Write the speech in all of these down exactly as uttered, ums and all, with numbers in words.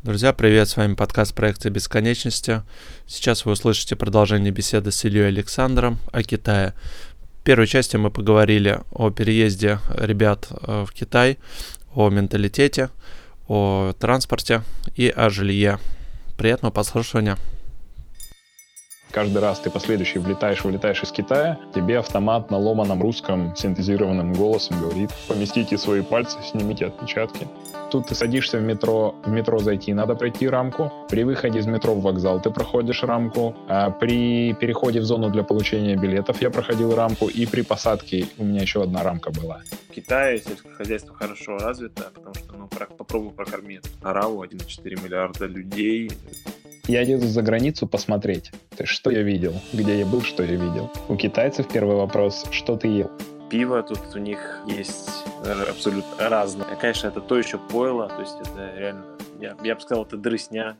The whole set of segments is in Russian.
Друзья, привет, с вами подкаст «Проекция бесконечности». Сейчас вы услышите продолжение беседы с Ильей Александром о Китае. В первой части мы поговорили о переезде ребят в Китай, о менталитете, о транспорте и о жилье. Приятного прослушивания. Каждый раз ты последующий влетаешь, вылетаешь из Китая, тебе автомат на ломаном русском синтезированным голосом говорит: поместите свои пальцы, снимите отпечатки. Тут ты садишься в метро, в метро зайти надо пройти рамку, при выходе из метро в вокзал ты проходишь рамку, а при переходе в зону для получения билетов я проходил рамку, и при посадке у меня еще одна рамка была. В Китае сельское хозяйство хорошо развито, потому что, ну, попробуй прокорми ораву, один целых четыре десятых миллиарда людей. Я еду за границу посмотреть, то есть, что я видел, где я был, что я видел. У китайцев первый вопрос: что ты ел? Пиво тут у них есть абсолютно разное. Конечно, это то еще пойло, то есть это реально, я, я бы сказал, это дрысня.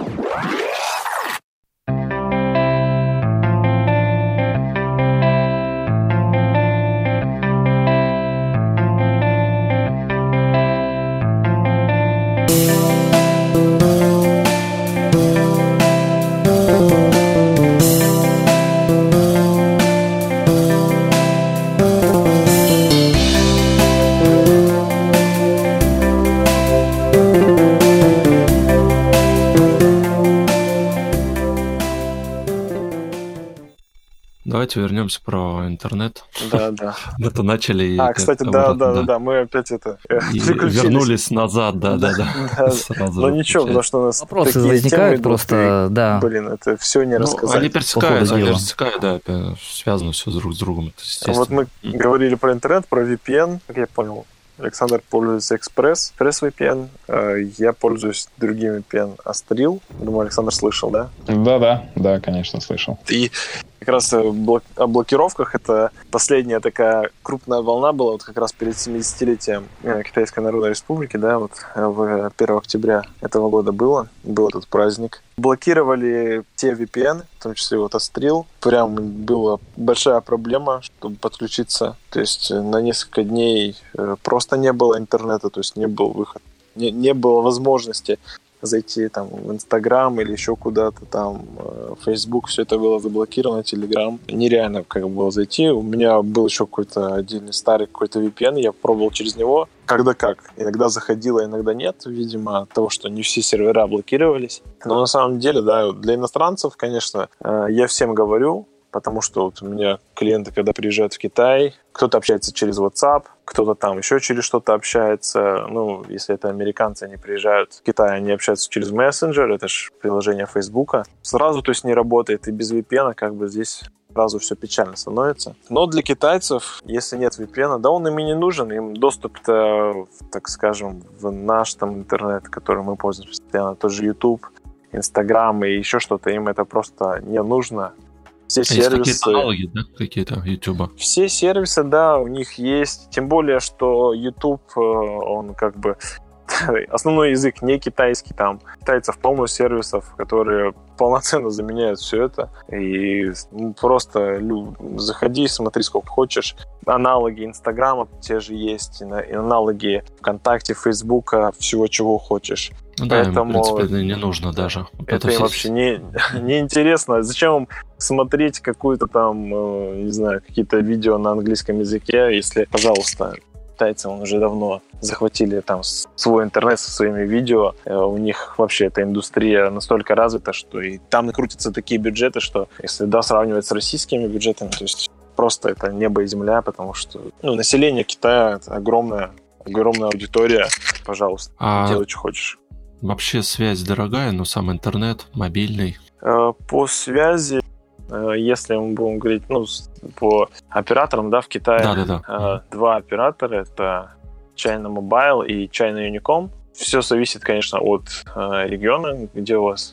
Давайте вернемся про интернет. Да, да. Это начали. А, кстати, да, да, да, да, мы опять это вернулись назад, да, да, да. Ну ничего, потому что у нас вопросы возникают просто, да. Блин, это все не рассказать. Они пересекают, они пересекают, да, связано все друг с другом. Вот мы говорили про интернет, про ви пи эн, как я понял. Александр пользуется Express, ExpressVPN. Я пользуюсь другим ви пи эн, Astril. Думаю, Александр слышал, да? Да-да, да, конечно, слышал. И как раз о блокировках это последняя такая крупная волна была вот как раз перед семидесятилетием Китайской Народной Республики, да, вот в первого октября этого года было, был этот праздник. Блокировали те ви пи эн, в том числе вот Astril. Прям была большая проблема, чтобы подключиться. То есть на несколько дней просто не было интернета, то есть не был выход, не, не было возможности зайти там в Инстаграм или еще куда-то там, в Фейсбук, все это было заблокировано, Телеграм. Нереально как бы было зайти. У меня был еще какой-то отдельный старый какой-то ви пи эн, я пробовал через него. Когда как. Иногда заходило, иногда нет, видимо, от того, что не все сервера блокировались. Но на самом деле, да, для иностранцев, конечно, я всем говорю, потому что вот у меня клиенты, когда приезжают в Китай, кто-то общается через WhatsApp, кто-то там еще через что-то общается. Ну, если это американцы, они приезжают в Китай, они общаются через Messenger, это же приложение Фейсбука. Сразу, то есть, не работает, и без ви пи эн как бы здесь сразу все печально становится. Но для китайцев, если нет ви пи эн, да он им и не нужен, им доступ-то, так скажем, в наш там интернет, которым мы пользуемся постоянно, тоже YouTube, Instagram и еще что-то, им это просто не нужно. Все есть сервисы, какие-то аналоги, да, какие-то YouTube? Все сервисы, да, у них есть. Тем более, что YouTube, он как бы основной язык не китайский, там китайцев полно сервисов, которые полноценно заменяют все это. И ну, просто ну, заходи, смотри сколько хочешь. Аналоги Инстаграма те же есть, и аналоги ВКонтакте, Фейсбука, всего чего хочешь. Ну да, поэтому им, в принципе, это не нужно даже. Вот это, это им все... вообще не, не интересно. Зачем им смотреть какую-то там, не знаю, какие-то видео на английском языке, если, пожалуйста, китайцы он уже давно захватили там свой интернет со своими видео. У них вообще эта индустрия настолько развита, что и там накрутятся такие бюджеты, что если да, сравнивать с российскими бюджетами, то есть просто это небо и земля, потому что ну, население Китая это огромная, огромная аудитория. Пожалуйста, а... делай, что хочешь. Вообще связь дорогая, но сам интернет, мобильный? По связи, если мы будем говорить ну, по операторам, да, в Китае да, да, да. два оператора, это China Mobile и China Unicom. Все зависит, конечно, от региона, где у вас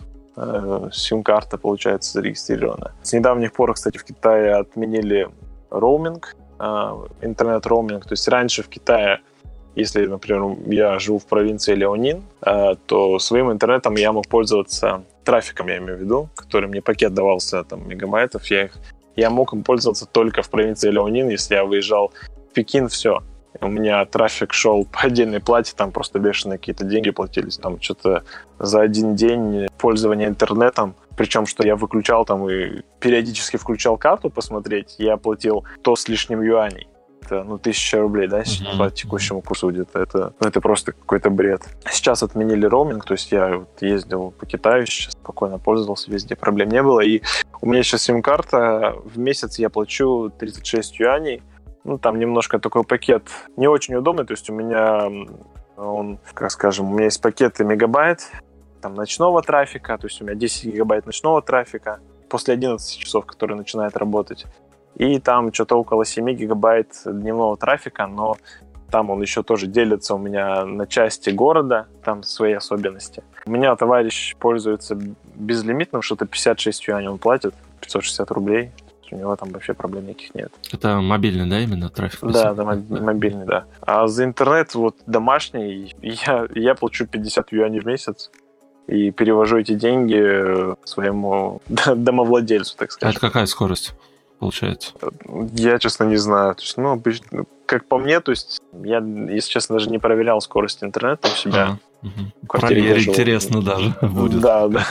сим-карта, получается, зарегистрирована. С недавних пор, кстати, в Китае отменили роуминг, интернет-роуминг. То есть раньше в Китае, если, например, я живу в провинции Леонин, то своим интернетом я мог пользоваться трафиком, я имею в виду, который мне пакет давался, там, мегабайтов, я, их, я мог им пользоваться только в провинции Леонин, если я выезжал в Пекин, все. У меня трафик шел по отдельной плате, там просто бешеные какие-то деньги платились. Там что-то за один день пользования интернетом, причем, что я выключал там и периодически включал карту посмотреть, я платил то с лишним юаней. Это, ну, тысяча рублей, да, mm-hmm. по текущему курсу где-то. Это, ну, это просто какой-то бред. Сейчас отменили роуминг, то есть я вот ездил по Китаю, сейчас спокойно пользовался, везде проблем не было. И у меня сейчас сим-карта, в месяц я плачу тридцать шесть юаней. Ну, там немножко такой пакет не очень удобный, то есть у меня он, как скажем, у меня есть пакеты мегабайт, там, ночного трафика, то есть у меня десять гигабайт ночного трафика после одиннадцати часов, который начинает работать. И там что-то около семь гигабайт дневного трафика, но там он еще тоже делится у меня на части города, там свои особенности. У меня товарищ пользуется безлимитным, что-то пятьдесят шесть юаней он платит, пятьсот шестьдесят рублей. У него там вообще проблем никаких нет. Это мобильный, да, именно трафик? Да, да, мобильный, да. А за интернет вот домашний я, я плачу пятьдесят юаней в месяц и перевожу эти деньги своему домовладельцу, так сказать. А это какая скорость получается? Я, честно, не знаю. То есть, ну, как по мне, то есть я, если честно, даже не проверял скорость интернета у себя. А, угу. Проверить интересно даже будет. Да, да.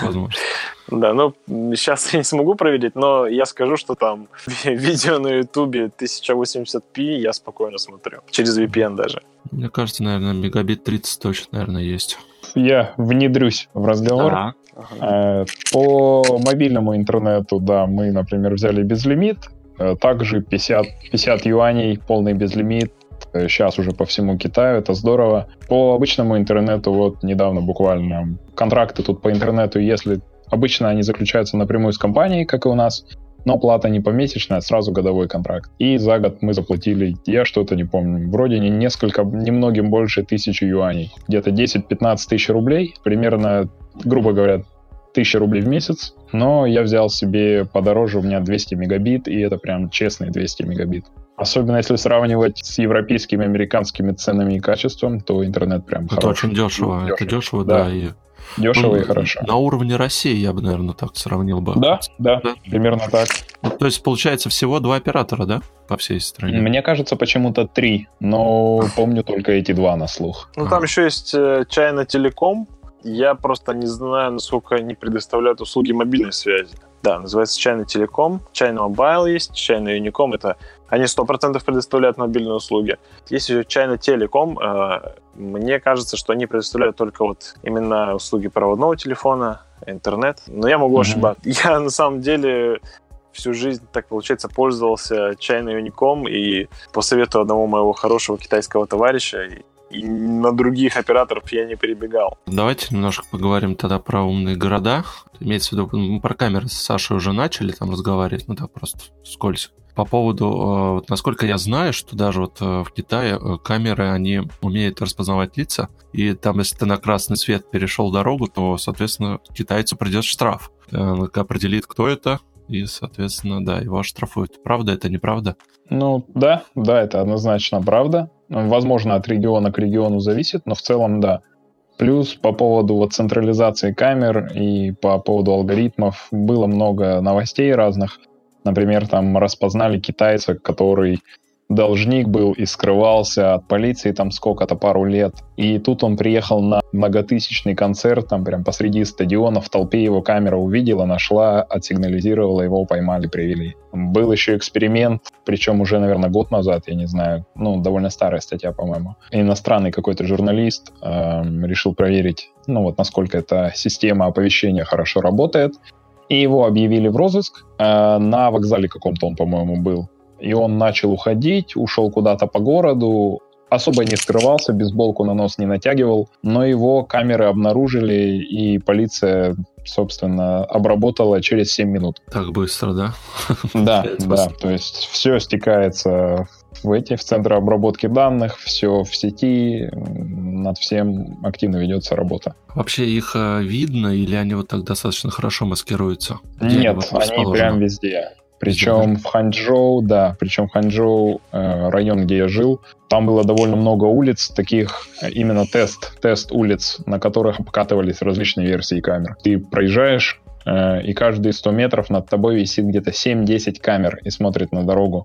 Да, ну, сейчас я не смогу проверить, но я скажу, что там видео на Ютубе тысяча восемьдесят пи я спокойно смотрю. Через ви пи эн даже. Мне кажется, наверное, мегабит тридцать точно, наверное, есть. Я внедрюсь в разговор. Ага. Ага. По мобильному интернету, да, мы, например, взяли безлимит. Также пятьдесят, пятьдесят юаней, полный безлимит. Сейчас уже по всему Китаю, это здорово. По обычному интернету, вот недавно буквально, контракты тут по интернету, если обычно они заключаются напрямую с компанией, как и у нас, но плата не помесячная, а сразу годовой контракт. И за год мы заплатили, я что-то не помню, вроде не несколько, немногим больше тысячи юаней. Где-то десять-пятнадцать тысяч рублей, примерно, грубо говоря, тысяча рублей в месяц. Но я взял себе подороже, у меня двести мегабит, и это прям честные двести мегабит. Особенно если сравнивать с европейскими, американскими ценами и качеством, то интернет прям это хороший. Это очень дешево, дешево. Это дешево, да. да и... Дешево ну, и хорошо. На уровне России я бы, наверное, так сравнил бы. Да, да, да. Примерно так. Ну, то есть, получается, всего два оператора, да, по всей стране? Мне кажется, почему-то три, но помню только эти два на слух. Ну, там а. еще есть China Telecom. Я просто не знаю, насколько они предоставляют услуги мобильной связи. Да, называется China Telecom. China Mobile есть, China Unicom. Это они сто процентов предоставляют мобильные услуги. Есть еще China Telecom. Э, мне кажется, что они предоставляют только вот именно услуги проводного телефона, интернет. Но я могу mm-hmm. ошибаться. Я на самом деле всю жизнь, так получается, пользовался China Unicom и по совету одного моего хорошего китайского товарища и на других операторов я не перебегал. Давайте немножко поговорим тогда про умные города. Имеется в виду, мы про камеры с Сашей уже начали там разговаривать, ну так просто вскользь. По поводу, вот, насколько я знаю, что даже вот в Китае камеры, они умеют распознавать лица, и там, если ты на красный свет перешел дорогу, то, соответственно, китайцу придет штраф. Он определит, кто это, и, соответственно, да, его оштрафуют. Правда это, неправда? Ну, да, да, это однозначно правда. Возможно, от региона к региону зависит, но в целом, да. Плюс по поводу вот централизации камер и по поводу алгоритмов было много новостей разных. Например, там распознали китайца, который должник был и скрывался от полиции там сколько-то, пару лет. И тут он приехал на многотысячный концерт, там прям посреди стадиона, в толпе его камера увидела, нашла, отсигнализировала, его поймали, привели. Был еще эксперимент, причем уже, наверное, год назад, я не знаю, ну, довольно старая статья, по-моему. Иностранный какой-то журналист э, решил проверить, ну, вот насколько эта система оповещения хорошо работает. И его объявили в розыск. Э, на вокзале каком-то он, по-моему, был. И он начал уходить, ушел куда-то по городу, особо не скрывался, бейсболку на нос не натягивал, но его камеры обнаружили, и полиция, собственно, обработала через семь минут. Так быстро, да? Да, да, то есть все стекается в эти, в центры обработки данных, все в сети, над всем активно ведется работа. Вообще их видно, или они вот так достаточно хорошо маскируются? Нет, они прям везде. Причем в Ханчжоу, да, причем в Ханчжоу, э, район, где я жил, там было довольно много улиц, таких именно тест, тест улиц, на которых обкатывались различные версии камер. Ты проезжаешь, э, и каждые сто метров над тобой висит где-то семь-десять камер и смотрит на дорогу.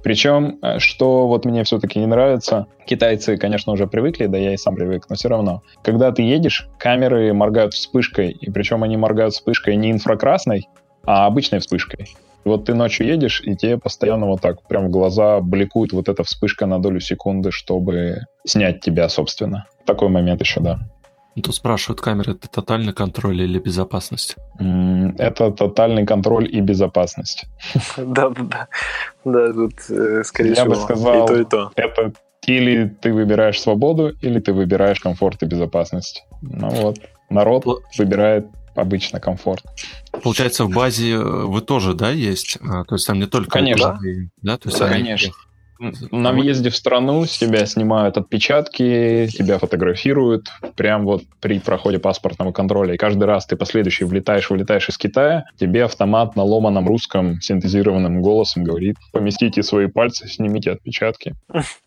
Причем, что вот мне все-таки не нравится, китайцы, конечно, уже привыкли, да я и сам привык, но все равно. Когда ты едешь, камеры моргают вспышкой, и причем они моргают вспышкой не инфракрасной, а обычной вспышкой. Вот ты ночью едешь, и тебе постоянно вот так прям в глаза бликует вот эта вспышка на долю секунды, чтобы снять тебя, собственно. Такой момент еще, да. Тут спрашивают, камеры — это тотальный контроль или безопасность? Это тотальный контроль и безопасность. Да-да-да. Да, тут, скорее всего, я бы сказал, и то, и то. Это или ты выбираешь свободу, или ты выбираешь комфорт и безопасность. Ну вот, народ выбирает обычно комфорт. Получается, в базе вы тоже, да, есть? А, то есть там не только... Конечно. Базы, да? То есть да, они... конечно. На въезде в страну с тебя снимают отпечатки, тебя фотографируют прям вот при проходе паспортного контроля. И каждый раз ты последующий влетаешь, вылетаешь из Китая, тебе автомат на ломаном русском синтезированным голосом говорит: поместите свои пальцы, снимите отпечатки.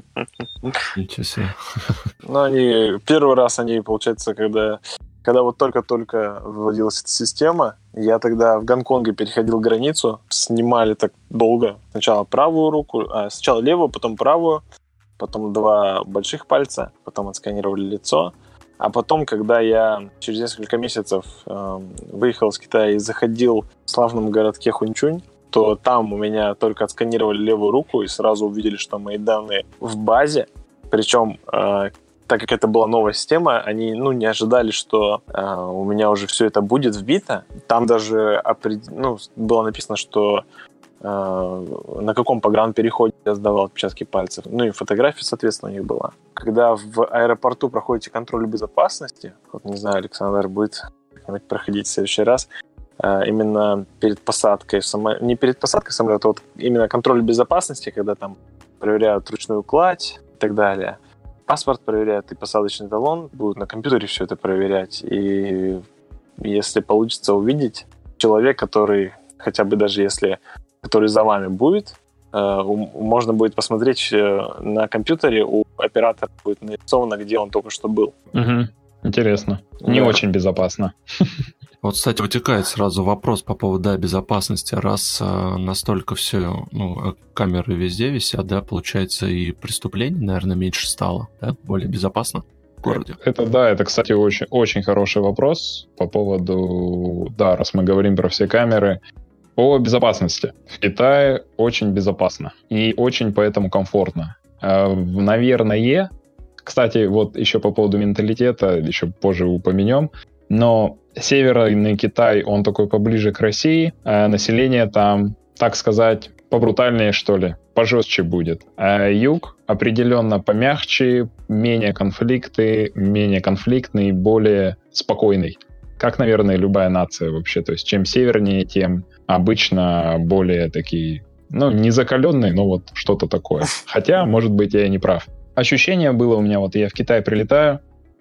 Ничего себе. Ну, они... Первый раз они, получается, когда... Когда вот только-только вводилась эта система, я тогда в Гонконге переходил границу, снимали так долго. Сначала правую руку, а сначала левую, потом правую, потом два больших пальца, потом отсканировали лицо. А потом, когда я через несколько месяцев э, выехал из Китая и заходил в славном городке Хунчунь, то там у меня только отсканировали левую руку и сразу увидели, что мои данные в базе. Причем... Э, так как это была новая система, они ну, не ожидали, что э, у меня уже все это будет вбито. Там даже опред... ну, было написано, что э, на каком погранпереходе я сдавал отпечатки пальцев. Ну и фотография, соответственно, у них была. Когда в аэропорту проходите контроль безопасности, вот не знаю, Александр будет проходить в следующий раз, э, именно перед посадкой в самолет, не перед посадкой в самолет, а вот именно контроль безопасности, когда там проверяют ручную кладь и так далее. Паспорт проверяют и посадочный талон, будут на компьютере все это проверять. И если получится увидеть человек, который, хотя бы даже если, который за вами будет, э, можно будет посмотреть на компьютере, у оператора будет нарисовано, где он только что был. Угу. Интересно. Не да. Очень безопасно. Вот, кстати, вытекает сразу вопрос по поводу да, безопасности. Раз а, настолько все, ну, камеры везде висят, да, получается, и преступлений, наверное, меньше стало, да, более безопасно в городе. Это, да, это, кстати, очень, очень хороший вопрос по поводу, да, раз мы говорим про все камеры, о безопасности. В Китае очень безопасно и очень поэтому комфортно. Наверное, кстати, вот еще по поводу менталитета, еще позже упомянем, но северный Китай, он такой поближе к России, а население там, так сказать, побрутальнее, что ли, пожестче будет. А юг определенно помягче, менее конфликты, менее конфликтный, более спокойный. Как, наверное, любая нация вообще. То есть чем севернее, тем обычно более такие, ну, не закаленные, но вот что-то такое. Хотя, может быть, я и не прав. Ощущение было у меня, вот я в Китай прилетаю,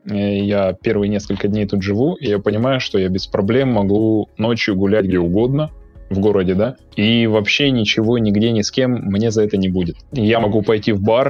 я первые несколько дней тут живу, и я понимаю, что я без проблем могу ночью гулять где угодно в городе, да, и вообще ничего, нигде, ни с кем мне за это не будет. Я могу пойти в бар,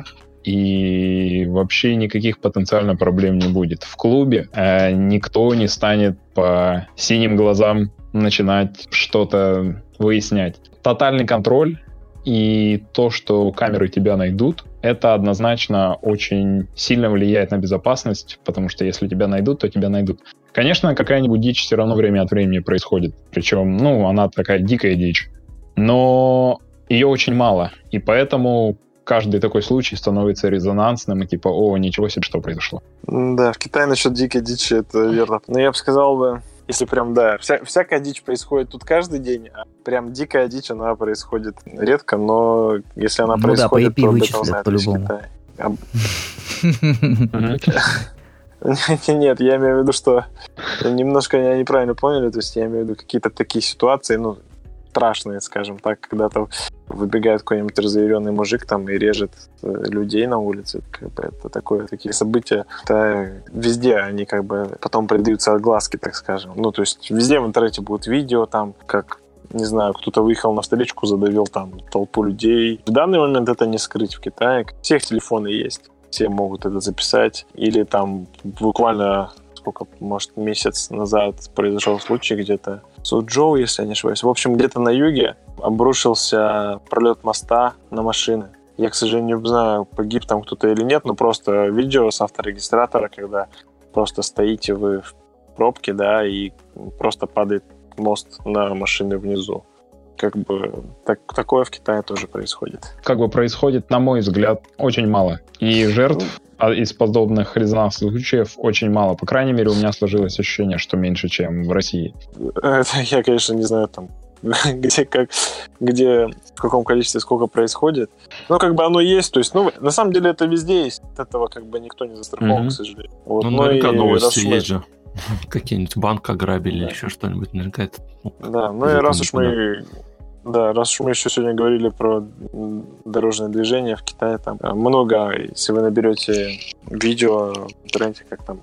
и вообще никаких потенциально проблем не будет. В клубе э, никто не станет по синим глазам начинать что-то выяснять. Тотальный контроль и то, что камеры тебя найдут, это однозначно очень сильно влияет на безопасность, потому что если тебя найдут, то тебя найдут. Конечно, какая-нибудь дичь все равно время от времени происходит. Причем, ну, она такая дикая дичь. Но ее очень мало. И поэтому каждый такой случай становится резонансным. И типа, о, ничего себе, что произошло. Да, в Китае насчет дикой дичи, это верно. Но я бы сказал бы, если прям, да, вся, всякая дичь происходит тут каждый день, а прям дикая дичь, она происходит редко, но если она ну происходит, да, то об этом знает весь Китай. Нет, я имею в виду, что немножко меня неправильно поняли, то есть я имею в виду какие-то такие ситуации, ну, страшные, скажем так, когда-то выбегает какой-нибудь разъяренный мужик там и режет людей на улице. Как бы это такое, такие события. Это везде они как бы потом придаются огласке, так скажем. Ну, то есть везде в интернете будут видео там, как, не знаю, кто-то выехал на встречку, задавил там толпу людей. В данный момент это не скрыть в Китае. У всех телефоны есть. Все могут это записать. Или там буквально, сколько, может, месяц назад произошел случай где-то Суджоу, если я не ошибаюсь. В общем, где-то на юге обрушился пролет моста на машины. Я, к сожалению, не знаю, погиб там кто-то или нет, но просто видео с авторегистратора, когда просто стоите вы в пробке, да, и просто падает мост на машины внизу. Как бы так, такое в Китае тоже происходит. Как бы происходит, на мой взгляд, очень мало. И жертв из подобных резонансных случаев очень мало. По крайней мере, у меня сложилось ощущение, что меньше, чем в России. Это я, конечно, не знаю, там, где, как, где, в каком количестве, сколько происходит. Но как бы оно есть. То есть, ну, на самом деле это везде есть. От этого как бы никто не застрахован, mm-hmm. к сожалению. Вот. Ну, наверняка новости есть же. Какие-нибудь банк ограбили, да, или еще что-нибудь. Наверняка это... Ну, да, ну и раз уж мы... Да, раз уж мы еще сегодня говорили про дорожное движение в Китае, там много, если вы наберете видео в интернете, как там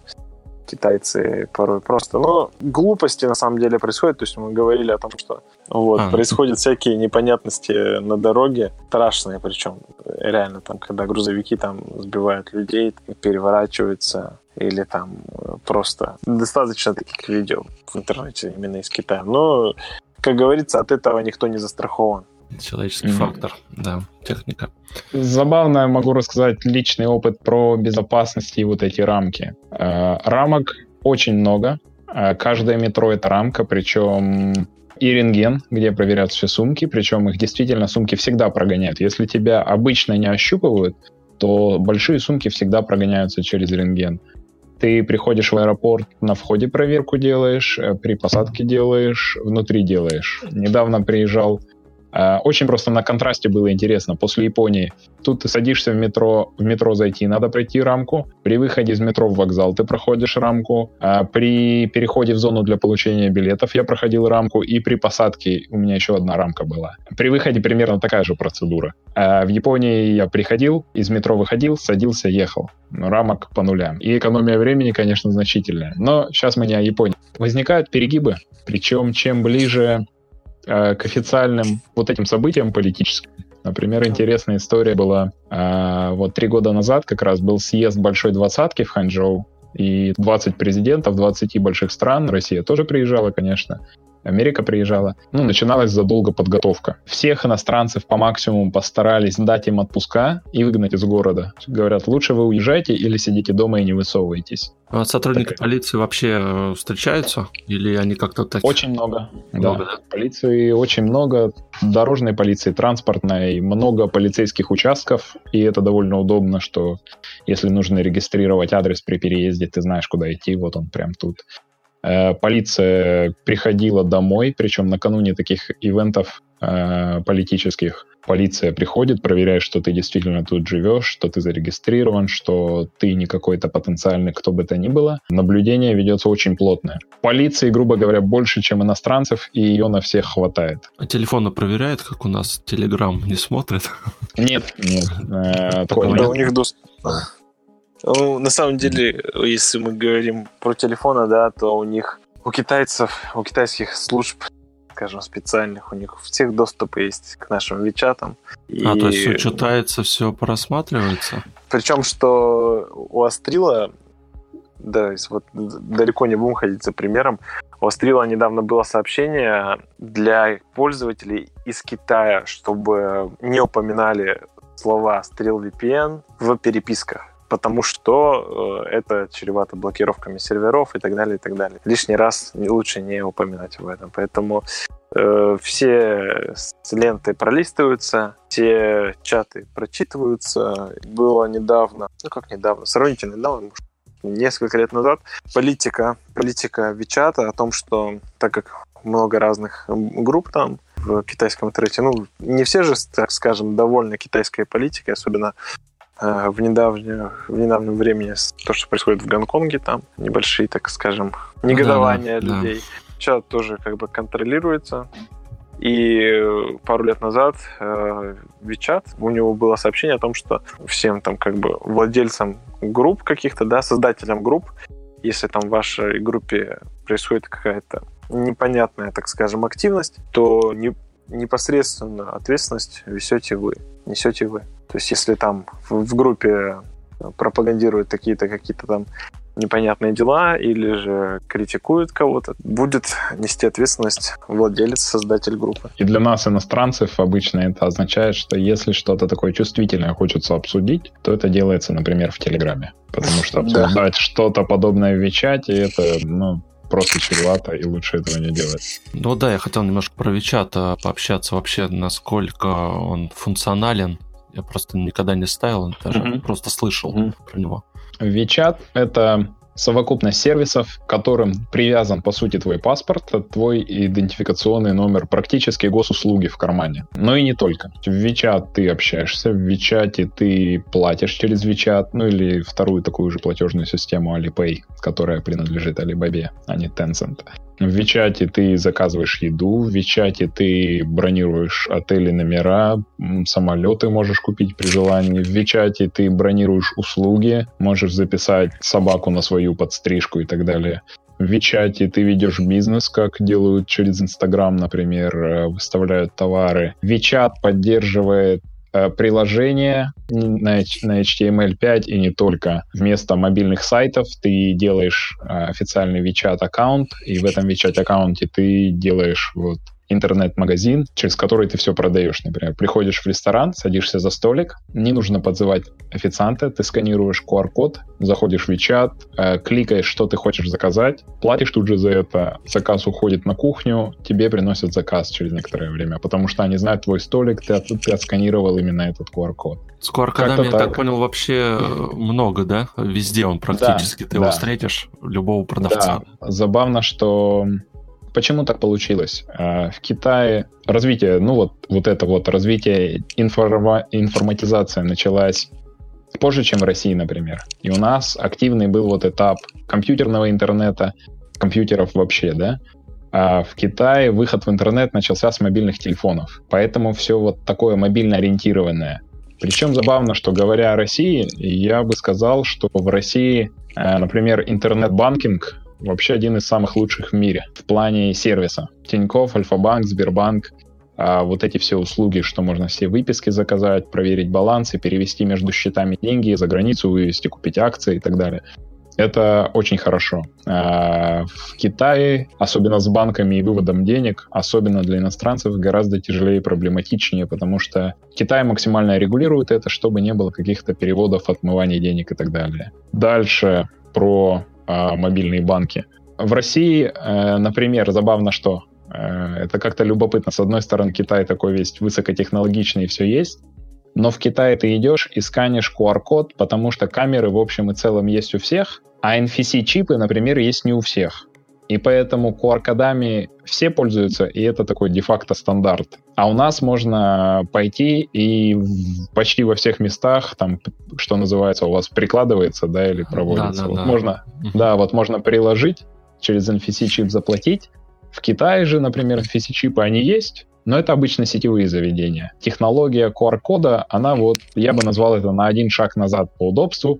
китайцы порой просто... Но глупости на самом деле происходят, то есть мы говорили о том, что вот, а, происходят всякие непонятности на дороге, страшные причем, реально, там, когда грузовики там сбивают людей, переворачиваются, или там просто достаточно таких видео в интернете именно из Китая. Но, как говорится, от этого никто не застрахован. Человеческий mm-hmm. фактор, да, техника. Забавно, я могу рассказать личный опыт про безопасность и вот эти рамки. Рамок очень много. Каждое метро — это рамка, причем и рентген, где проверяют все сумки, причем их действительно сумки всегда прогоняют. Если тебя обычно не ощупывают, то большие сумки всегда прогоняются через рентген. Ты приходишь в аэропорт, на входе проверку делаешь, при посадке делаешь, внутри делаешь. Недавно приезжал. Очень просто на контрасте было интересно. После Японии тут ты садишься в метро, в метро зайти, надо пройти рамку. При выходе из метро в вокзал ты проходишь рамку. При переходе в зону для получения билетов я проходил рамку. И при посадке у меня еще одна рамка была. При выходе примерно такая же процедура. В Японии я приходил, из метро выходил, садился, ехал. Рамок по нулям. И экономия времени, конечно, значительная. Но сейчас мы не о Японии. Возникают перегибы. Причем чем ближе к официальным вот этим событиям политическим. Например, интересная история была, вот три года назад как раз был съезд Большой Двадцатки в Ханчжоу, и двадцать президентов двадцати больших стран, Россия тоже приезжала, конечно, Америка приезжала. Ну, начиналась задолго подготовка. Всех иностранцев по максимуму постарались дать им отпуска и выгнать из города. Говорят, лучше вы уезжайте или сидите дома и не высовываетесь. А сотрудники так... полиции вообще встречаются? Или они как-то так... Очень много. много да. Да. Полиции очень много. Дорожной полиции, транспортной. Много полицейских участков. И это довольно удобно, что если нужно регистрировать адрес при переезде, ты знаешь, куда идти. Вот он прям тут. Полиция приходила домой, причем накануне таких ивентов э, политических. Полиция приходит, проверяет, что ты действительно тут живешь, что ты зарегистрирован, что ты не какой-то потенциальный кто бы то ни было. Наблюдение ведется очень плотное. Полиции, грубо говоря, больше, чем иностранцев, и ее на всех хватает. А телефоны проверяют, как у нас Telegram не смотрят? Нет, нет. Да, у них доступ... Ну, на самом деле, если мы говорим про телефоны, да, то у них, у китайцев, у китайских служб, скажем, специальных, у них у всех доступ есть к нашим вичатам. И... А, то есть все читается, все просматривается? Причем, что у Астрила, да, вот далеко не будем ходить за примером, у Астрила недавно было сообщение для пользователей из Китая, чтобы не упоминали слова StrelVPN в переписках, потому что э, это чревато блокировками серверов и так далее, и так далее. Лишний раз лучше не упоминать об этом. Поэтому э, все ленты пролистываются, все чаты прочитываются. Было недавно, ну как недавно, сравнительно недавно, может, несколько лет назад, политика, политика Вичата о том, что так как много разных групп там в китайском интернете, ну не все же, так скажем, довольны китайской политикой, особенно в, недавнем, в недавнем времени то, что происходит в Гонконге, там небольшие, так скажем, негодования да, людей. Да. Чат тоже как бы контролируется. И пару лет назад э, WeChat, у него было сообщение о том, что всем там как бы владельцам групп каких-то, да, создателям групп, если там в вашей группе происходит какая-то непонятная, так скажем, активность, то не, непосредственно ответственность несете вы. Несете вы. То есть, если там в, в группе пропагандируют какие-то какие-то там непонятные дела или же критикует кого-то, будет нести ответственность владелец, создатель группы. И для нас, иностранцев, обычно это означает, что если что-то такое чувствительное хочется обсудить, то это делается, например, в Телеграме. Потому что обсуждать что-то подобное в Вичате, это, ну, просто чревато, и лучше этого не делать. Ну да, я хотел немножко про Вичат пообщаться вообще, насколько он функционален. Я просто никогда не ставил, даже mm-hmm. просто слышал mm-hmm. про него. Вичат — это совокупность сервисов, к которым привязан, по сути, твой паспорт, твой идентификационный номер, практически госуслуги в кармане. Но и не только. В Вичат ты общаешься, в Вичате ты платишь через Вичат, ну или вторую такую же платежную систему Alipay, которая принадлежит Alibaba, а не Tencent. В Вичате ты заказываешь еду, в Вичате ты бронируешь отели, номера, самолеты можешь купить при желании, в Вичате ты бронируешь услуги, можешь записать собаку на свою подстрижку и так далее. В Вичате ты ведешь бизнес, как делают через Инстаграм, например, выставляют товары. Вичат поддерживает приложение на эйч ти эм эль пять и не только. Вместо мобильных сайтов ты делаешь официальный Вичат аккаунт, и в этом Вичат аккаунте ты делаешь вот интернет-магазин, через который ты все продаешь. Например, приходишь в ресторан, садишься за столик, не нужно подзывать официанта, ты сканируешь ку ар-код, заходишь в Вичат, э, кликаешь, что ты хочешь заказать, платишь тут же за это, заказ уходит на кухню, тебе приносят заказ через некоторое время, потому что они знают твой столик, ты, ты отсканировал именно этот ку ар-код. С ку ар-кодами, я так. так понял, вообще много, да? Везде он практически, да, ты да. его встретишь, любого продавца. Да. Забавно, что... Почему так получилось? В Китае развитие, ну вот, вот это вот развитие информа- информатизации началась позже, чем в России, например. И у нас активный был вот этап компьютерного интернета, компьютеров вообще, да? А в Китае выход в интернет начался с мобильных телефонов. Поэтому все вот такое мобильно ориентированное. Причем забавно, что говоря о России, я бы сказал, что в России, например, интернет-банкинг вообще один из самых лучших в мире в плане сервиса. Тинькофф, Альфа-банк, Сбербанк, а вот эти все услуги, что можно все выписки заказать, проверить балансы, перевести между счетами деньги, за границу вывести, купить акции и так далее. Это очень хорошо. А в Китае, особенно с банками и выводом денег, особенно для иностранцев, гораздо тяжелее и проблематичнее, потому что Китай максимально регулирует это, чтобы не было каких-то переводов, отмывания денег и так далее. Дальше про мобильные банки. В России, например, забавно, что это как-то любопытно. С одной стороны, Китай такой весь высокотехнологичный, и все есть, но в Китае ты идешь и сканишь ку ар-код, потому что камеры в общем и целом есть у всех, а эн эф си-чипы, например, есть не у всех. И поэтому ку ар-кодами все пользуются, и это такой де-факто стандарт. А у нас можно пойти и почти во всех местах, там, что называется, у вас прикладывается, да, или проводится. Да, да, вот да. Можно, uh-huh. да, вот можно приложить, через эн эф си-чип заплатить. В Китае же, например, эн эф си-чипы, они есть, но это обычно сетевые заведения. Технология ку ар-кода, она вот, я бы назвал это на один шаг назад по удобству,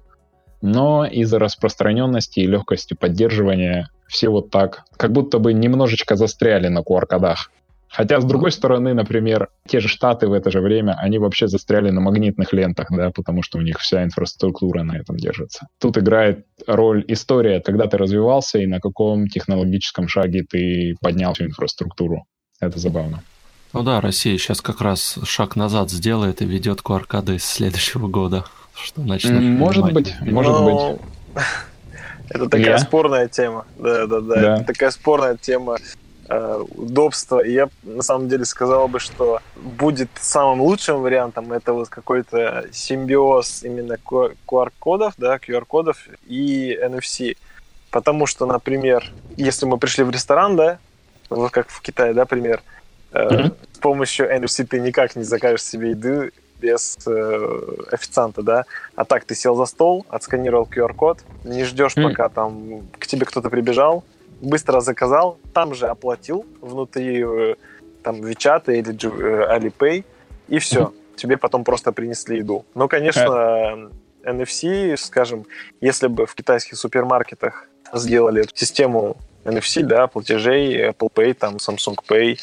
но из-за распространенности и легкости поддерживания все вот так, как будто бы немножечко застряли на ку ар-кодах. Хотя, с другой стороны, например, те же Штаты в это же время, они вообще застряли на магнитных лентах, да, потому что у них вся инфраструктура на этом держится. Тут играет роль история, когда ты развивался и на каком технологическом шаге ты поднял всю инфраструктуру. Это забавно. Ну да, Россия сейчас как раз шаг назад сделает и ведет ку ар-коды с следующего года. Что начнет может быть, может Но... быть. Это такая yeah. спорная тема. Да, да, да. Yeah. Это такая спорная тема э, удобства. И я на самом деле сказал бы, что будет самым лучшим вариантом это вот какой-то симбиоз именно ку ар-кодов, да, ку ар-кодов и эн эф си. Потому что, например, если мы пришли в ресторан, да, вот как в Китае, да, пример, э, mm-hmm. с помощью эн эф си ты никак не закажешь себе еду без э, официанта, да, а так ты сел за стол, отсканировал ку ар-код, не ждешь, mm. пока там к тебе кто-то прибежал, быстро заказал, там же оплатил внутри э, там Вичата или э, Alipay, и все, mm. тебе потом просто принесли еду. Но, конечно, mm. эн эф си, скажем, если бы в китайских супермаркетах сделали эту систему эн эф си, да, платежей, Apple Pay, там, Samsung Pay,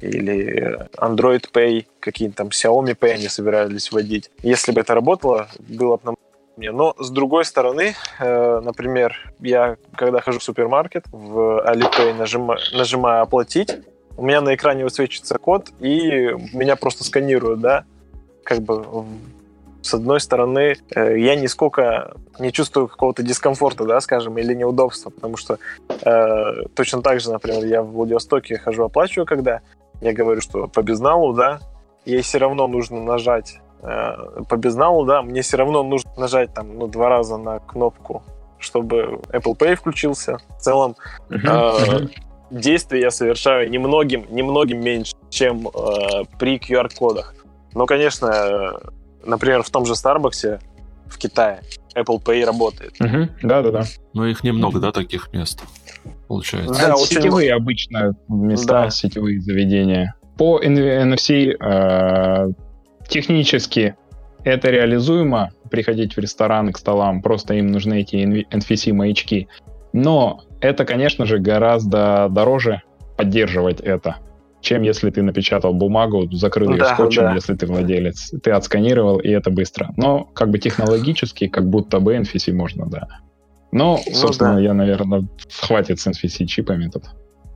или Android Pay, какие-то там Xiaomi Pay они собирались вводить. Если бы это работало, было бы мне. Но, с другой стороны, э, например, я, когда хожу в супермаркет, в Alipay нажимаю, нажимаю «Оплатить», у меня на экране высвечивается код, и меня просто сканируют, да, как бы... С одной стороны, я нисколько не чувствую какого-то дискомфорта, да, скажем, или неудобства, потому что э, точно так же, например, я в Владивостоке хожу, оплачиваю, когда я говорю, что по безналу, да, ей все равно нужно нажать э, по безналу, да, мне все равно нужно нажать там, ну, два раза на кнопку, чтобы Apple Pay включился. В целом, э, действия я совершаю немногим, немногим меньше, чем э, при ку ар-кодах. Но, конечно, например, в том же Старбаксе в Китае Apple Pay работает. Угу. Да-да-да. Но их немного, да, таких мест, получается. Да, очень... Сетевые обычно места, да. Сетевые заведения. По эн эф си э, технически это реализуемо, приходить в рестораны к столам, просто им нужны эти эн эф си-маячки. Но это, конечно же, гораздо дороже поддерживать это, чем если ты напечатал бумагу, закрыл ее да, скотчем, да. Если ты владелец. Ты отсканировал, и это быстро. Но как бы технологически, как будто бы эн эф си можно, да. Но, ну, собственно, да. я, наверное, хватит с эн эф си-чипами тут.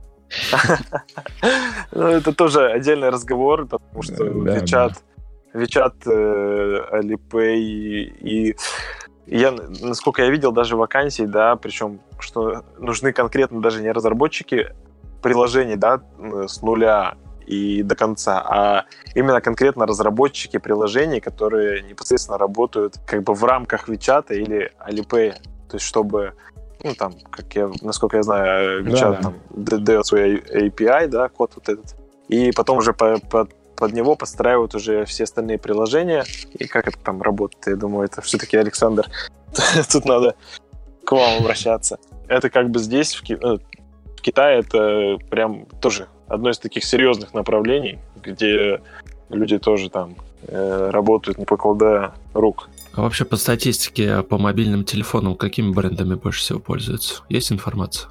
Ну, это тоже отдельный разговор, потому что WeChat, WeChat, Alipay и... Я, насколько я видел, даже вакансии, да, причем, что нужны конкретно даже не разработчики приложений, да, с нуля и до конца, а именно конкретно разработчики приложений, которые непосредственно работают как бы в рамках WeChat или Alipay, то есть чтобы, ну там, как я, насколько я знаю, WeChat да, да. там дает свой эй пи ай, да, код вот этот, и потом уже по, по, под него подстраивают уже все остальные приложения, и как это там работает, я думаю, это все-таки, Александр, тут надо к вам обращаться. Это как бы здесь, в Китае, В Китае это прям тоже одно из таких серьезных направлений, где люди тоже там э, работают, не покладая рук. А вообще по статистике по мобильным телефонам какими брендами больше всего пользуются? Есть информация?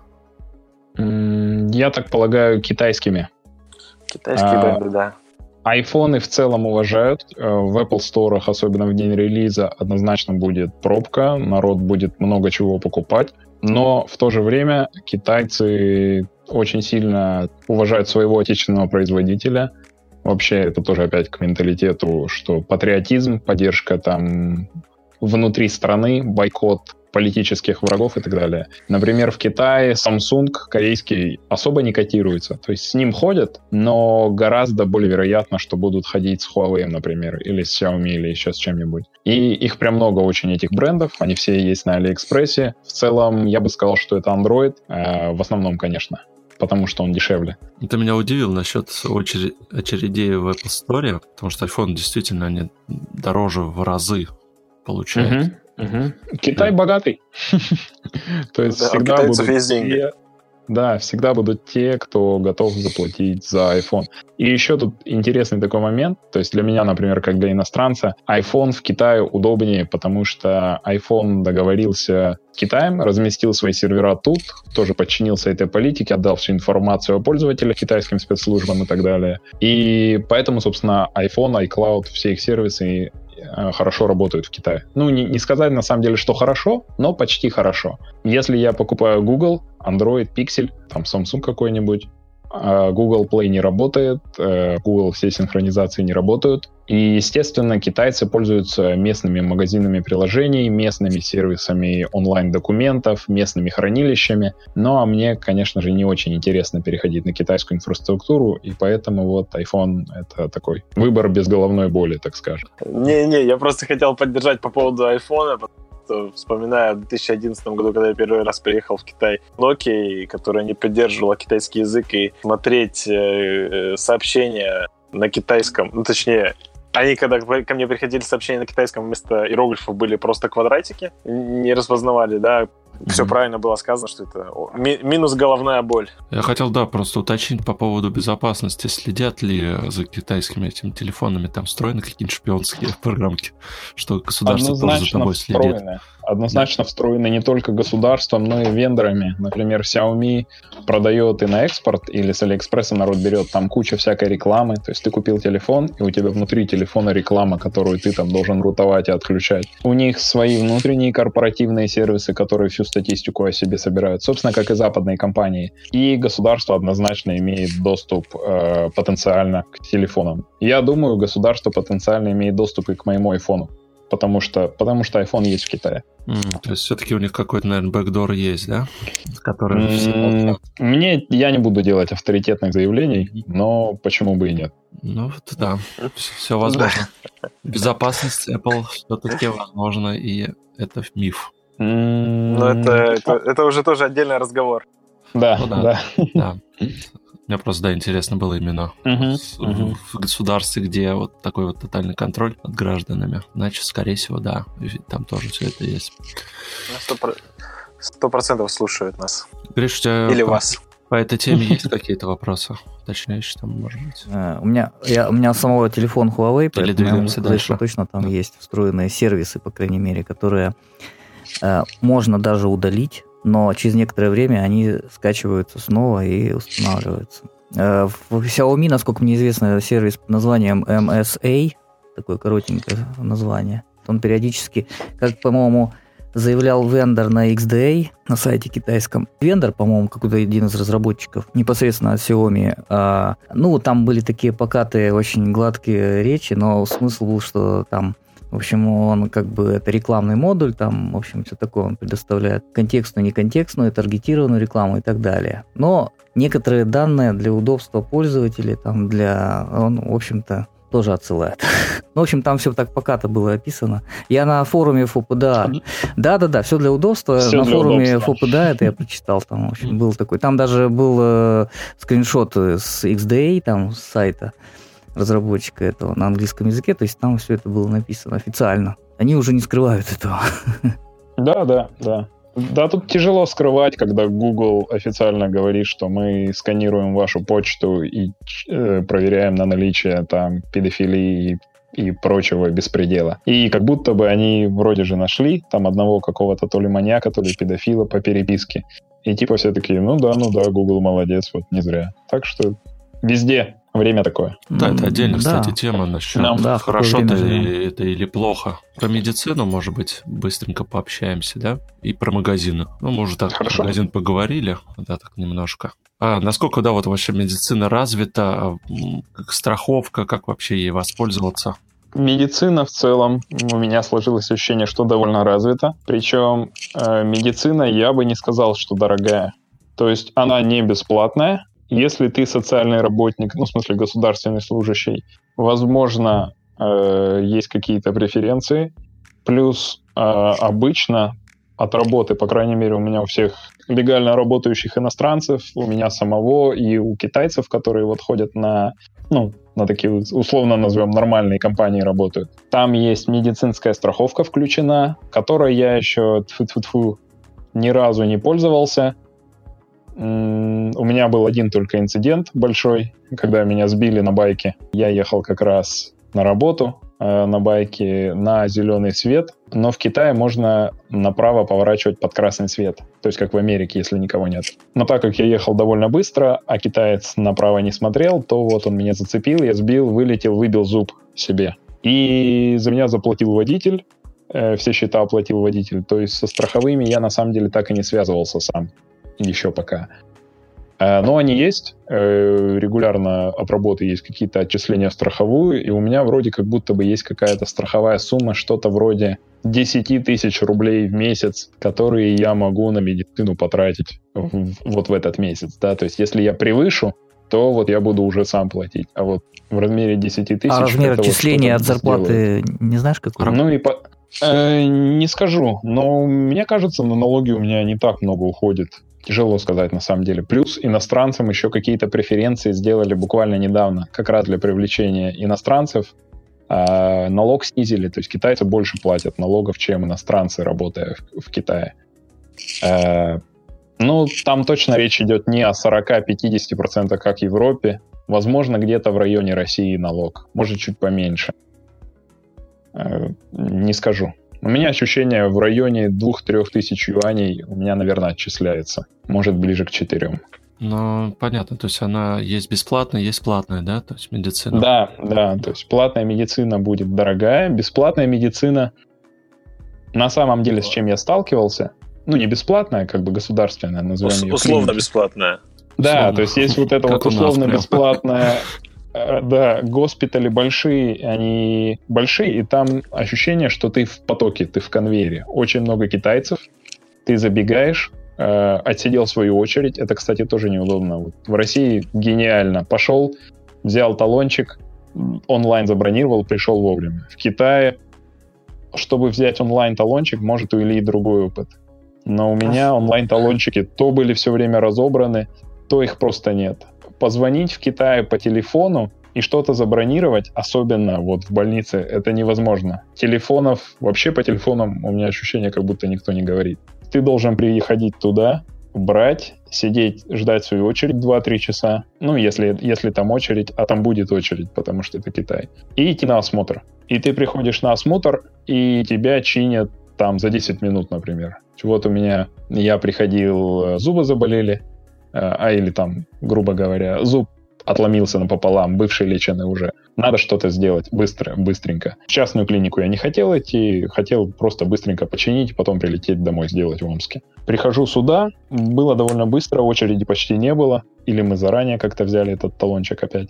Я так полагаю, китайскими. Китайские а, бренды, да. Айфоны в целом уважают. В Apple Store, особенно в день релиза, однозначно будет пробка. Народ будет много чего покупать. Но в то же время китайцы очень сильно уважают своего отечественного производителя. Вообще, это тоже опять к менталитету, что патриотизм, поддержка там внутри страны, бойкот политических врагов и так далее. Например, в Китае Samsung корейский особо не котируется. То есть с ним ходят, но гораздо более вероятно, что будут ходить с Huawei, например, или с Xiaomi, или еще с чем-нибудь. И их прям много очень, этих брендов. Они все есть на Алиэкспрессе. В целом, я бы сказал, что это Android. Э, в основном, конечно, потому что он дешевле. Ты меня удивил насчет очередь, очередей в Apple Store, потому что iPhone действительно они дороже в разы получают. Угу. Угу. Китай да. богатый. То есть да, всегда будут те, да, всегда будут те, кто готов заплатить за iPhone. И еще тут интересный такой момент. То есть для меня, например, как для иностранца, iPhone в Китае удобнее, потому что iPhone договорился с Китаем, разместил свои сервера тут, тоже подчинился этой политике, отдал всю информацию о пользователях китайским спецслужбам и так далее. И поэтому, собственно, iPhone, iCloud, все их сервисы хорошо работают в Китае. Ну, не, не сказать на самом деле, что хорошо, но почти хорошо. Если я покупаю Google, Android, Pixel, там Samsung какой-нибудь, Google Play не работает, Google все синхронизации не работают. И, естественно, китайцы пользуются местными магазинами приложений, местными сервисами онлайн-документов, местными хранилищами. Ну, а мне, конечно же, не очень интересно переходить на китайскую инфраструктуру, и поэтому вот iPhone — это такой выбор без головной боли, так скажем. Не-не, я просто хотел поддержать по поводу iPhone, вспоминаю в две тысячи одиннадцатом году, когда я первый раз приехал в Китай, Nokia, которая не поддерживала китайский язык, и смотреть э, сообщения на китайском, ну, точнее, они, когда ко мне приходили сообщения на китайском, вместо иероглифов были просто квадратики, не распознавали, да, mm-hmm. все правильно было сказано, что это ми- минус головная боль. Я хотел, да, просто уточнить по поводу безопасности. Следят ли за китайскими этими телефонами? Там встроены какие-нибудь шпионские программки, что государство однозначно тоже за тобой следит? Встроены. однозначно встроены не только государством, но и вендорами. Например, Xiaomi продает и на экспорт, или с Алиэкспресса народ берет, там куча всякой рекламы. То есть ты купил телефон, и у тебя внутри телефона реклама, которую ты там должен рутовать и отключать. У них свои внутренние корпоративные сервисы, которые всю статистику о себе собирают. Собственно, как и западные компании. И государство однозначно имеет доступ э, потенциально к телефонам. Я думаю, государство потенциально имеет доступ и к моему айфону. Потому что, потому что iPhone есть в Китае. Mm, то есть все-таки у них какой-то, наверное, бэкдор есть, да? Который... Mm, мне, я не буду делать авторитетных заявлений, но почему бы и нет? Ну, вот, да, все возможно. Безопасность Apple все-таки возможно, и это миф. Mm, ну, это, это, это уже тоже отдельный разговор. Да, ну, да. да. да. Мне просто, да, интересно было именно uh-huh, в, uh-huh. в государстве, где вот такой вот тотальный контроль над гражданами. Значит, скорее всего, да, там тоже все это есть. Сто процентов слушают нас. Гриш, у тебя Или по, вас. По этой теме есть какие-то вопросы? Уточняющие там, может быть? У меня, я, у меня самого телефон Huawei, Или двигаемся дальше? Точно там да. есть встроенные сервисы, по крайней мере, которые э, можно даже удалить, но через некоторое время они скачиваются снова и устанавливаются. В Xiaomi, насколько мне известно, сервис под названием эм эс эй, такое коротенькое название. Он периодически, как, по-моему, заявлял вендор на икс ди эй на сайте китайском. Вендор, по-моему, какой-то один из разработчиков, непосредственно от Xiaomi. А, ну, там были такие покатые, очень гладкие речи, но смысл был, что там... В общем, он как бы, это рекламный модуль, там, в общем, все такое, он предоставляет контекстную, неконтекстную, таргетированную рекламу и так далее. Но некоторые данные для удобства пользователей, там, для, он, в общем-то, тоже отсылает. Ну, в общем, там все так покато было описано. Я на форуме эф о пи ди эй... Да-да-да, все для удобства. Все на для форуме удобства. эф о пи ди эй это я прочитал, там, в общем, был такой. Там даже был э, скриншот с икс ди эй, там, с сайта разработчика этого на английском языке, то есть там все это было написано официально. Они уже не скрывают этого. Да, да, да. Да, тут тяжело скрывать, когда Google официально говорит, что мы сканируем вашу почту и э, проверяем на наличие там педофилии и, и прочего беспредела. И как будто бы они вроде же нашли там одного какого-то то ли маньяка, то ли педофила по переписке. И типа все такие, ну да, ну да, Google молодец, вот не зря. Так что везде время такое. Да, это отдельно, да. кстати, тема насчет Нам, да, хорошо-то это или плохо. Про медицину, может быть, быстренько пообщаемся, да? И про магазины. Ну, мы уже так Хорошо. про магазин поговорили, да, так немножко. А насколько, да, вот вообще медицина развита, как страховка, как вообще ей воспользоваться? Медицина в целом, у меня сложилось ощущение, что довольно развита. Причем э, медицина, я бы не сказал, что дорогая. То есть она не бесплатная. Если ты социальный работник, ну, в смысле, государственный служащий, возможно, э, есть какие-то преференции. Плюс э, обычно от работы, по крайней мере, у меня у всех легально работающих иностранцев, у меня самого и у китайцев, которые вот ходят на, ну, на такие, условно назовем, нормальные компании работают. Там есть медицинская страховка включена, которой я еще тьфу-тьфу-тьфу, ни разу не пользовался. У меня был один только инцидент большой, когда меня сбили на байке. Я ехал как раз на работу э, на байке на зеленый свет, но в Китае можно направо поворачивать под красный свет. То есть как в Америке, если никого нет. Но так как я ехал довольно быстро, а китаец направо не смотрел, то вот он меня зацепил, я сбил, вылетел, выбил зуб себе. И за меня заплатил водитель, э, все счета оплатил водитель. То есть со страховыми я на самом деле так и не связывался сам. Еще пока. Но они есть. Регулярно от работы есть какие-то отчисления в страховую, и у меня вроде как будто бы есть какая-то страховая сумма, что-то вроде десять тысяч рублей в месяц, которые я могу на медицину потратить в, вот в этот месяц. Да? То есть если я превышу, то вот я буду уже сам платить. А вот в размере десять тысяч... А размер отчисления вот от зарплаты сделает. Не знаешь, какой? Ну и по... э, не скажу, но мне кажется, на налоги у меня не так много уходит. Тяжело сказать на самом деле. Плюс иностранцам еще какие-то преференции сделали буквально недавно, как раз для привлечения иностранцев. А налог снизили, то есть китайцы больше платят налогов, чем иностранцы, работая в, в Китае. А, ну, там точно речь идет не о сорок-пятьдесят процентов, как в Европе. Возможно, где-то в районе России налог. Может, чуть поменьше. А, не скажу. У меня ощущение в районе двух-трех тысяч юаней у меня, наверное, отчисляется. Может, ближе к четырем. Ну, понятно, то есть она есть бесплатная, есть платная, да, то есть медицина? Да, да, то есть платная медицина будет дорогая, бесплатная медицина, на самом деле, с чем я сталкивался, ну, не бесплатная, как бы государственная, назовем Ус- ее. Условно клиники. бесплатная. Да, Условно. то есть есть вот это вот условно бесплатная, да, госпитали большие, они большие, и там ощущение, что ты в потоке, ты в конвейере. Очень много китайцев, ты забегаешь, э, отсидел свою очередь, это, кстати, тоже неудобно. Вот в России гениально. Пошел, взял талончик, онлайн забронировал, пришел вовремя. В Китае, чтобы взять онлайн-талончик, может у Ильи другой опыт. Но у меня онлайн-талончики то были все время разобраны, то их просто нет. Позвонить в Китае по телефону и что-то забронировать, особенно вот в больнице, это невозможно. Телефонов, вообще по телефонам у меня ощущение, как будто никто не говорит. Ты должен приходить туда, брать, сидеть, ждать свою очередь два-три часа, ну, если, если там очередь, а там будет очередь, потому что это Китай, и идти на осмотр. И ты приходишь на осмотр, и тебя чинят там за десять минут, например. Вот у меня, я приходил, зубы заболели, а или там, грубо говоря, зуб отломился напополам, бывший леченый уже. Надо что-то сделать быстро, быстренько. В частную клинику я не хотел идти, хотел просто быстренько починить, потом прилететь домой сделать в Омске. Прихожу сюда, было довольно быстро, очереди почти не было, или мы заранее как-то взяли этот талончик опять.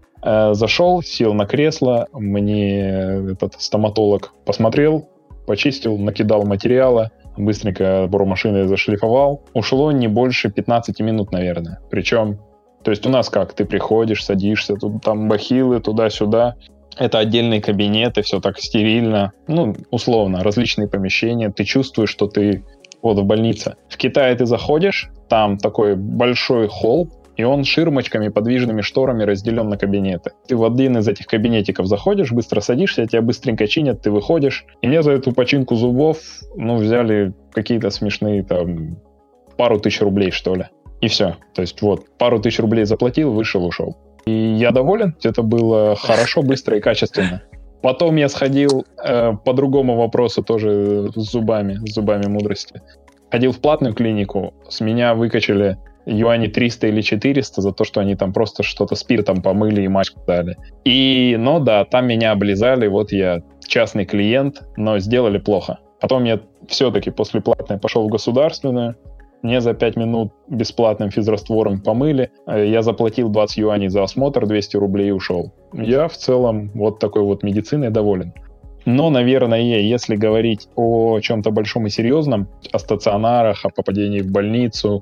Зашел, сел на кресло, мне этот стоматолог посмотрел, почистил, накидал материала, быстренько бормашиной зашлифовал. Ушло не больше пятнадцать минут, наверное. Причем, то есть у нас как, ты приходишь, садишься, тут там бахилы, туда-сюда. Это отдельные кабинеты, все так стерильно. Ну, условно, различные помещения. Ты чувствуешь, что ты вот в больнице. В Китае ты заходишь, там такой большой холл, и он ширмочками, подвижными шторами разделен на кабинеты. Ты в один из этих кабинетиков заходишь, быстро садишься, тебя быстренько чинят, ты выходишь. И мне за эту починку зубов, ну, взяли какие-то смешные, там, пару тысяч рублей, что ли. И все. То есть вот, пару тысяч рублей заплатил, вышел, ушел. И я доволен, это было хорошо, быстро и качественно. Потом я сходил э, по другому вопросу тоже с зубами, с зубами мудрости. Ходил в платную клинику, с меня выкачали юани триста или четыреста за то, что они там просто что-то спиртом помыли и мазь дали. И, ну да, там меня облизали, вот я частный клиент, но сделали плохо. Потом я все-таки после платной пошел в государственную, мне за пять минут бесплатным физраствором помыли, я заплатил двадцать юаней за осмотр, двести рублей и ушел. Я в целом вот такой вот медициной доволен. Но, наверное, если говорить о чем-то большом и серьезном, о стационарах, о попадении в больницу,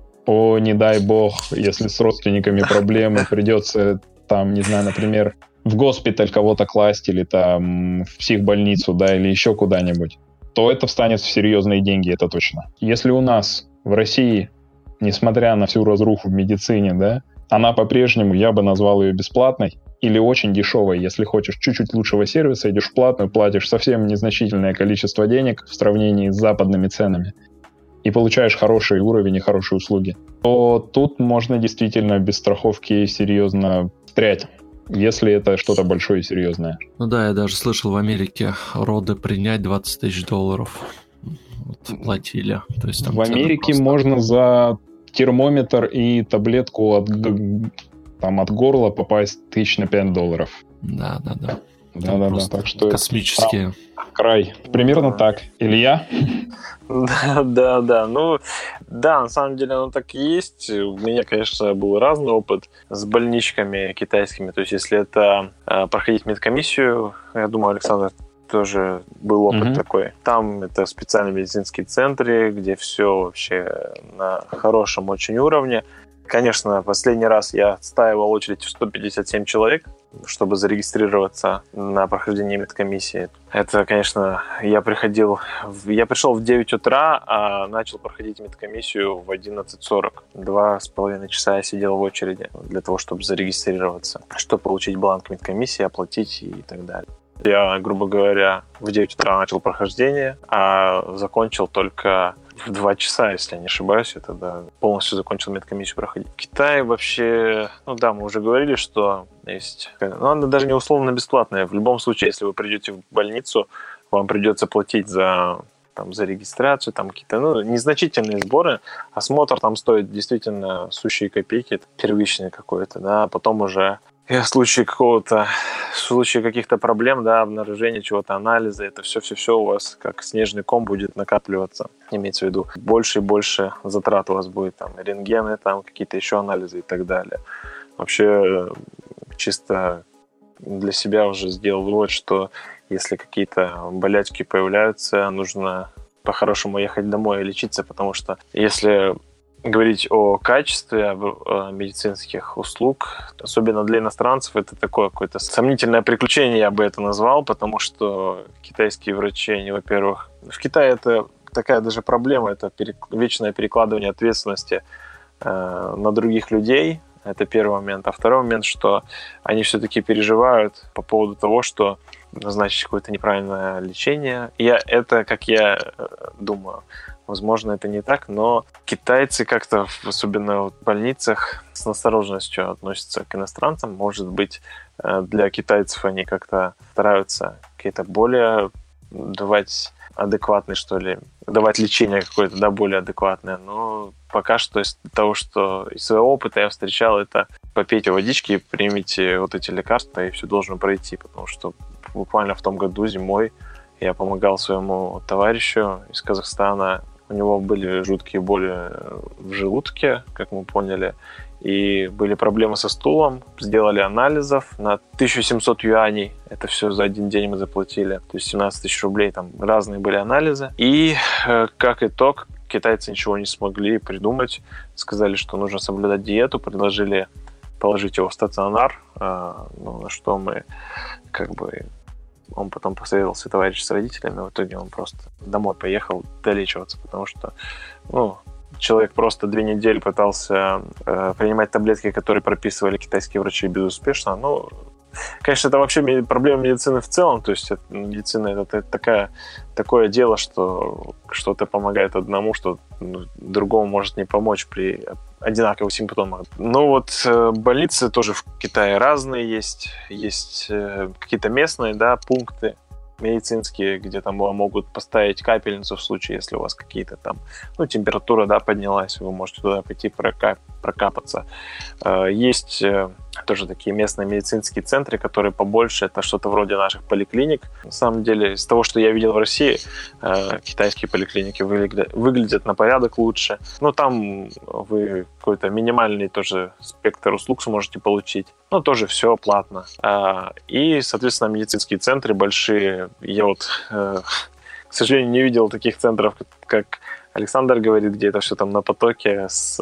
о, не дай бог, если с родственниками проблемы, придется там, не знаю, например, в госпиталь кого-то класть или там в психбольницу, да, или еще куда-нибудь, то это встанет в серьезные деньги, это точно. Если у нас в России, несмотря на всю разруху в медицине, да, она по-прежнему, я бы назвал ее бесплатной или очень дешевой. Если хочешь чуть-чуть лучшего сервиса, идешь в платную, платишь совсем незначительное количество денег в сравнении с западными ценами и получаешь хороший уровень и хорошие услуги, то тут можно действительно без страховки серьезно встрять, если это что-то большое и серьезное. Ну да, я даже слышал, в Америке роды принять двадцать тысяч долларов вот, платили. То есть, там в Америке просто... можно за термометр и таблетку от, там, от горла попасть тысяч на пять долларов. Да, да, да. Да, да, да. Так что космические. Край. Примерно да. Так. Илья? Да, да, да. Ну, да, на самом деле оно так и есть. У меня, конечно, был разный опыт с больничками китайскими. То есть, если это э, проходить медкомиссию, я думаю, Александр тоже был опыт mm-hmm. такой. Там это специальные медицинские центры, где все вообще на хорошем очень уровне. Конечно, последний раз я отстаивал очередь в сто пятьдесят семь человек, чтобы зарегистрироваться на прохождение медкомиссии. Это, конечно, я приходил... В... Я пришел в девять утра, а начал проходить медкомиссию в одиннадцать сорок. Два с половиной часа я сидел в очереди для того, чтобы зарегистрироваться, чтобы получить бланк медкомиссии, оплатить и так далее. Я, грубо говоря, в девять утра начал прохождение, а закончил только в два часа, если я не ошибаюсь. Это да, полностью закончил медкомиссию проходить. В Китае вообще, ну да, мы уже говорили, что есть... Ну, она даже не условно бесплатная. В любом случае, если вы придете в больницу, вам придется платить за, там, за регистрацию, там какие-то ну, незначительные сборы. Осмотр там стоит действительно сущие копейки, первичный какой-то, да, а потом уже в случае какого-то, в случае каких-то проблем, да, обнаружения чего-то, анализа, это все-все-все у вас как снежный ком будет накапливаться. Имеется в виду, больше и больше затрат у вас будет, там, рентгены, там, какие-то еще анализы и так далее. Вообще, чисто для себя уже сделал вывод, что если какие-то болячки появляются, нужно по-хорошему ехать домой и лечиться, потому что если говорить о качестве медицинских услуг, особенно для иностранцев, это такое какое-то сомнительное приключение, я бы это назвал, потому что китайские врачи, они, во-первых, в Китае это такая даже проблема, это вечное перекладывание ответственности на других людей. Это первый момент. А второй момент, что они все-таки переживают по поводу того, что назначить какое-то неправильное лечение. Я, это, как я думаю, возможно, это не так, но китайцы как-то, особенно в больницах, с настороженностью относятся к иностранцам. Может быть, для китайцев они как-то стараются какие-то более давать адекватные, что ли, давать лечение какое-то, да, более адекватное. Но пока что из того, что из своего опыта я встречал, это попейте водички, примите вот эти лекарства, и все должно пройти, потому что буквально в том году зимой я помогал своему товарищу из Казахстана. У него были жуткие боли в желудке, как мы поняли, и были проблемы со стулом. Сделали анализов на тысячу семьсот юаней. Это все за один день мы заплатили. То есть семнадцать тысяч рублей, там разные были анализы. И как итог, китайцы ничего не смогли придумать. Сказали, что нужно соблюдать диету, предложили положить его в стационар, ну, на что мы как бы... Он потом посоветовался товарищ с родителями, в итоге он просто домой поехал долечиваться, потому что ну, человек просто две недели пытался э, принимать таблетки, которые прописывали китайские врачи, безуспешно. Ну, конечно, это вообще проблема медицины в целом, то есть это, медицина это, это такая, такое дело, что что-то помогает одному, что ну, другому может не помочь при одинаковых симптомах. Ну вот э, больницы тоже в Китае разные есть, есть э, какие-то местные, да, пункты медицинские, где там могут поставить капельницу в случае, если у вас какие-то там, ну, температура, да, поднялась, вы можете туда пойти прокап- прокапаться. Э, есть э, тоже такие местные медицинские центры, которые побольше, это что-то вроде наших поликлиник. На самом деле, из того, что я видел в России, э, китайские поликлиники выглядят, выглядят на порядок лучше. Но там вы какой-то минимальный тоже спектр услуг сможете получить. Но тоже все платно. Э, и, соответственно, медицинские центры большие. Я вот, э, к сожалению, не видел таких центров, как Александр говорит, где это все там на потоке с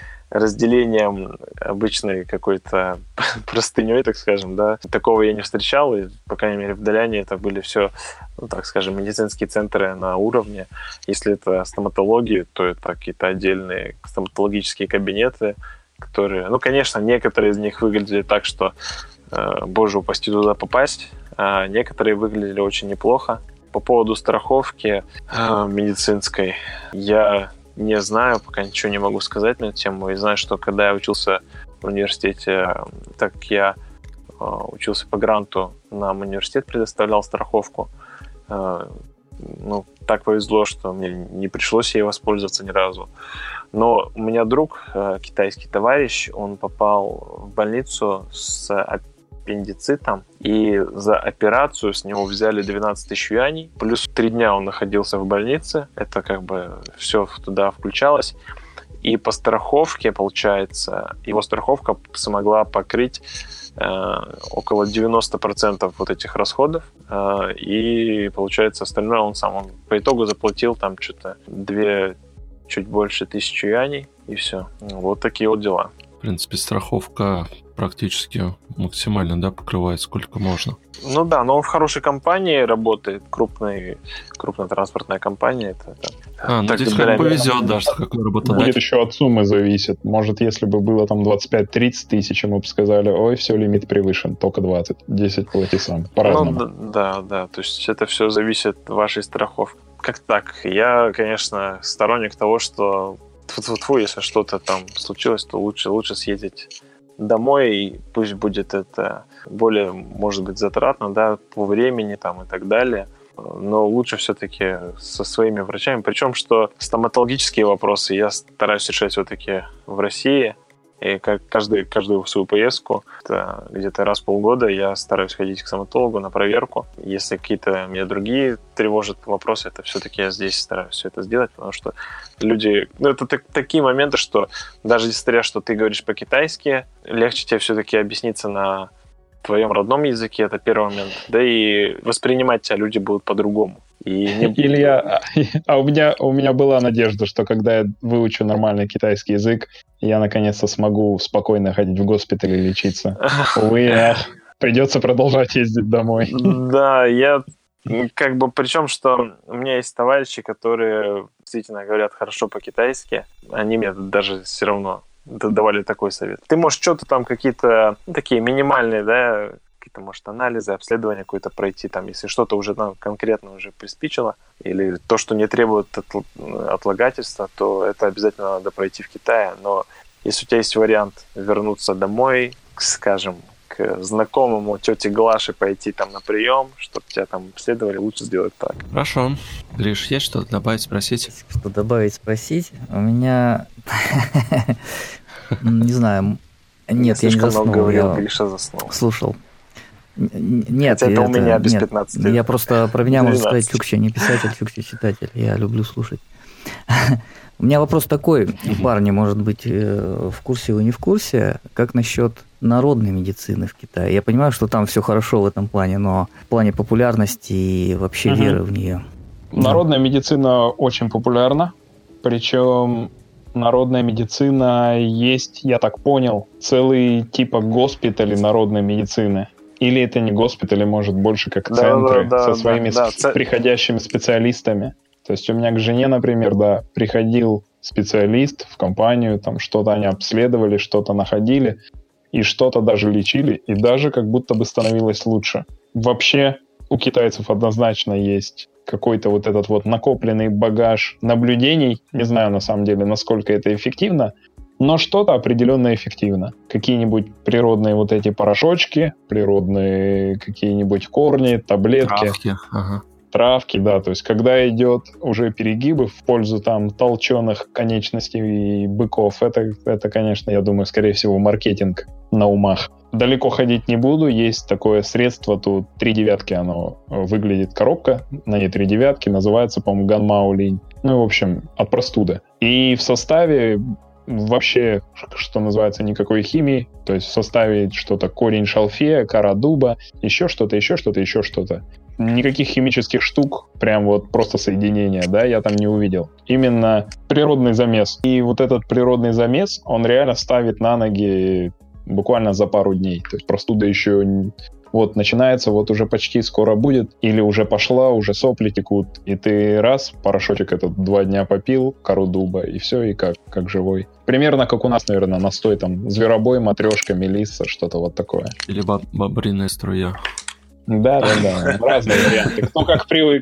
разделением обычной какой-то простыней, так скажем, да. Такого я не встречал, и, по крайней мере, в Даляне это были все, ну, так скажем, медицинские центры на уровне. Если это стоматология, то это какие-то отдельные стоматологические кабинеты, которые, ну, конечно, некоторые из них выглядели так, что, э, боже упаси, туда попасть, а некоторые выглядели очень неплохо. По поводу страховки э, медицинской, я не знаю, пока ничего не могу сказать на эту тему. И знаю, что когда я учился в университете, так как я э, учился по гранту, нам университет предоставлял страховку. Э, ну, так повезло, что мне не пришлось ей воспользоваться ни разу. Но у меня друг, э, китайский товарищ, он попал в больницу с аппендицитом, и за операцию с него взяли двенадцать тысяч юаней, плюс три дня он находился в больнице, это как бы все туда включалось, и по страховке, получается, его страховка смогла покрыть э, около девяносто процентов вот этих расходов, э, и, получается, остальное он сам, он по итогу заплатил там что-то две, чуть больше тысячи юаней, и все. Вот такие вот дела. В принципе, страховка практически максимально, да, покрывает сколько можно. Ну да, но он в хорошей компании работает, крупной, крупная транспортная компания. Это, это, а, ну здесь как повезет, да, что какой работодатель. Будет еще от суммы зависит. Может, если бы было там двадцать пять тридцать тысяч, мы бы сказали, ой, все, лимит превышен, только двадцать, десять плати сам. По-разному. Ну, да, да, то есть это все зависит от вашей страховки. Как так? Я, конечно, сторонник того, что тьфу-тьфу-тьфу, если что-то там случилось, то лучше, лучше съездить домой, и пусть будет это более, может быть, затратно, да, по времени там и так далее. но лучше все-таки со своими врачами. Причем, что стоматологические вопросы я стараюсь решать все-таки в России. И как каждый, каждую свою поездку, это где-то раз в полгода я стараюсь ходить к стоматологу на проверку. Если какие-то меня другие тревожат вопросы, это все-таки я здесь стараюсь все это сделать, потому что люди... Ну, это так, такие моменты, что даже несмотря, что ты говоришь по-китайски, легче тебе все-таки объясниться на твоем родном языке, это первый момент. Да и воспринимать тебя люди будут по-другому. И не... Илья, а у меня, у меня была надежда, что когда я выучу нормальный китайский язык, я наконец-то смогу спокойно ходить в госпиталь и лечиться. Увы, ах, придется продолжать ездить домой. Да, я как бы, причем, что у меня есть товарищи, которые действительно говорят хорошо по-китайски, они мне даже все равно давали такой совет. Ты можешь что-то там, какие-то такие минимальные, да, какие-то, может, анализы, обследования какое-то пройти, там, если что-то уже там конкретно уже приспичило, или то, что не требует отлагательства, то это обязательно надо пройти в Китае. Но если у тебя есть вариант вернуться домой, скажем, к знакомому тете Глаше пойти там на прием, чтобы тебя там обследовали, лучше сделать так. Хорошо. Гриш, есть что-то добавить, спросить? Что добавить, спросить? У меня... Не знаю. Нет, я не заснул. много говорил, Гриша заснул. Слушал. Нет, это, это у меня без пятнадцати. Я просто про меня можно сказать, Чукча не писатель, Чукча читатель. Я люблю слушать. У меня вопрос такой, парни, может быть, в курсе вы не в курсе, как насчет народной медицины в Китае? Я понимаю, что там все хорошо в этом плане, но в плане популярности и вообще угу. веры в нее. Народная медицина очень популярна, причем народная медицина есть, я так понял, целый типа госпитали народной медицины. Или это не госпитали, может, больше как центры да, да, со да, своими да, с... да. приходящими специалистами. То есть у меня к жене, например, да, приходил специалист в компанию, там что-то они обследовали, что-то находили, и что-то даже лечили, и даже как будто бы становилось лучше. Вообще у китайцев однозначно есть какой-то вот этот вот накопленный багаж наблюдений. Не знаю, на самом деле, насколько это эффективно, но что-то определенно эффективно. Какие-нибудь природные вот эти порошочки, природные какие-нибудь корни, таблетки. Травки, ага. Травки, да, то есть когда идет уже перегибы в пользу там толченых конечностей и быков, это, это, конечно, я думаю, скорее всего, маркетинг на умах. Далеко ходить не буду, есть такое средство, тут три девятки оно выглядит, коробка, на ней три девятки, называется, по-моему, ганмаолинь. Ну, в общем, от простуды. И в составе вообще, что называется, никакой химии, то есть в составе что-то корень шалфея, кора дуба, еще что-то, еще что-то, еще что-то. Никаких химических штук, прям вот просто соединения, да, я там не увидел. Именно природный замес. И вот этот природный замес, он реально ставит на ноги буквально за пару дней. То есть простуда еще вот начинается, вот уже почти скоро будет, или уже пошла, уже сопли текут, и ты раз, порошочек этот два дня попил, кору дуба, и все, и как, как живой. Примерно как у нас, наверное, настой там зверобой, матрешка, мелисса, что-то вот такое. Или баб- бобриная струя. Да, да, да, разные варианты. Кто как привык.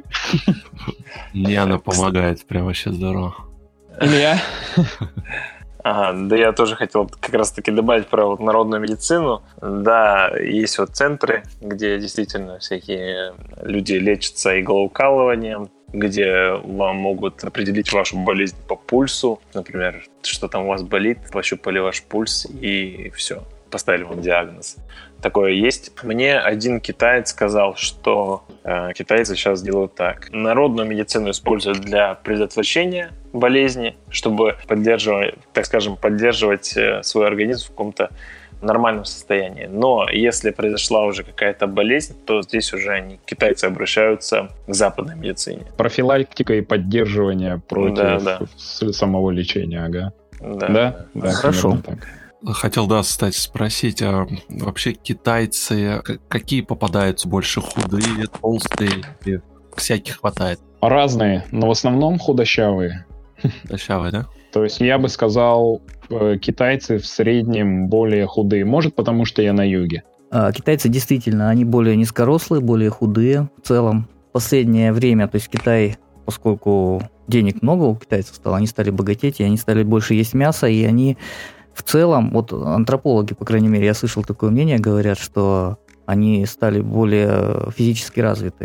Мне она помогает, прям вообще здорово. Илья? Ага, да я тоже хотел как раз-таки добавить про вот народную медицину. Да, есть вот центры, где действительно всякие люди лечатся иглоукалыванием, где вам могут определить вашу болезнь по пульсу. Например, что там у вас болит, пощупали ваш пульс и все, поставили вам диагноз. Такое есть. Мне один китаец сказал, что э, китайцы сейчас делают так. Народную медицину используют для предотвращения болезни, чтобы поддерживать, так скажем, поддерживать э, свой организм в каком-то нормальном состоянии. Но если произошла уже какая-то болезнь, то здесь уже они, китайцы, обращаются к западной медицине. Профилактика и поддерживание против да, да. самого лечения, ага. Да, да? да. да Хорошо. Хотел, да, кстати, спросить, а вообще китайцы, какие попадаются больше, худые, толстые, или всяких хватает? Разные, но в основном худощавые. Худощавые, да? То есть я бы сказал, китайцы в среднем более худые. Может, потому что я на юге. А, китайцы действительно, они более низкорослые, более худые в целом. В последнее время, то есть Китай, поскольку денег много у китайцев стало, они стали богатеть, и они стали больше есть мясо, и они... В целом, вот антропологи, по крайней мере, я слышал такое мнение, говорят, что они стали более физически развиты.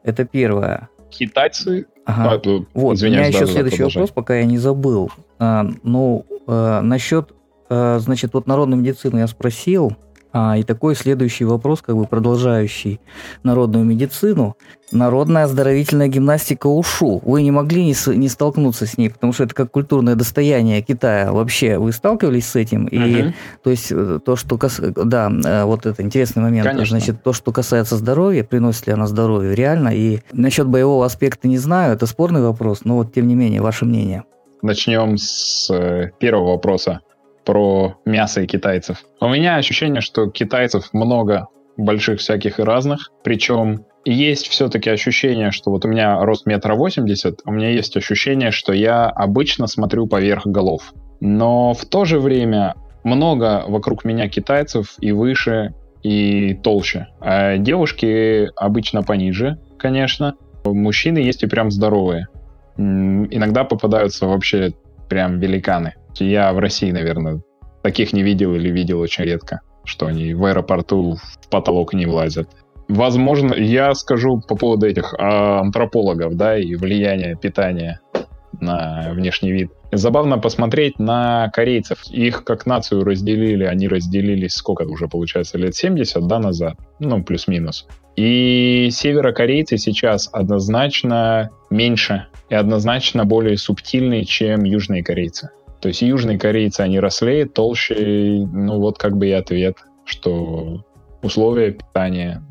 Это первое. Китайцы... Ага. А, вот, у меня еще следующий вопрос, пока я не забыл. А, ну, а, насчет, а, значит, вот народную медицину я спросил, а, и такой следующий вопрос, как бы продолжающий народную медицину. Народная оздоровительная гимнастика ушу. Вы не могли не, с, не столкнуться с ней, потому что это как культурное достояние Китая. Вообще, вы сталкивались с этим? И, uh-huh. то есть, то, что... Кас... Да, вот это интересный момент. Конечно. Значит, то, что касается здоровья, приносит ли она здоровье реально. И насчет боевого аспекта не знаю, это спорный вопрос, но вот, тем не менее, ваше мнение. Начнем с первого вопроса про мясо и китайцев. У меня ощущение, что китайцев много больших всяких и разных, причем есть все-таки ощущение, что вот у меня рост метр восемьдесят, у меня есть ощущение, что я обычно смотрю поверх голов. Но в то же время много вокруг меня китайцев и выше, и толще. А девушки обычно пониже, конечно. Мужчины есть и прям здоровые. Иногда попадаются вообще прям великаны. Я в России, наверное, таких не видел или видел очень редко, что они в аэропорту в потолок не влазят. Возможно, я скажу по поводу этих антропологов, да, и влияния питания на внешний вид. Забавно посмотреть на корейцев. Их как нацию разделили, они разделились, сколько уже получается, лет семьдесят, да, назад, ну, плюс-минус. И северокорейцы сейчас однозначно меньше и однозначно более субтильные, чем южные корейцы. То есть южные корейцы, они рослее, толще, ну вот как бы и ответ, что условия питания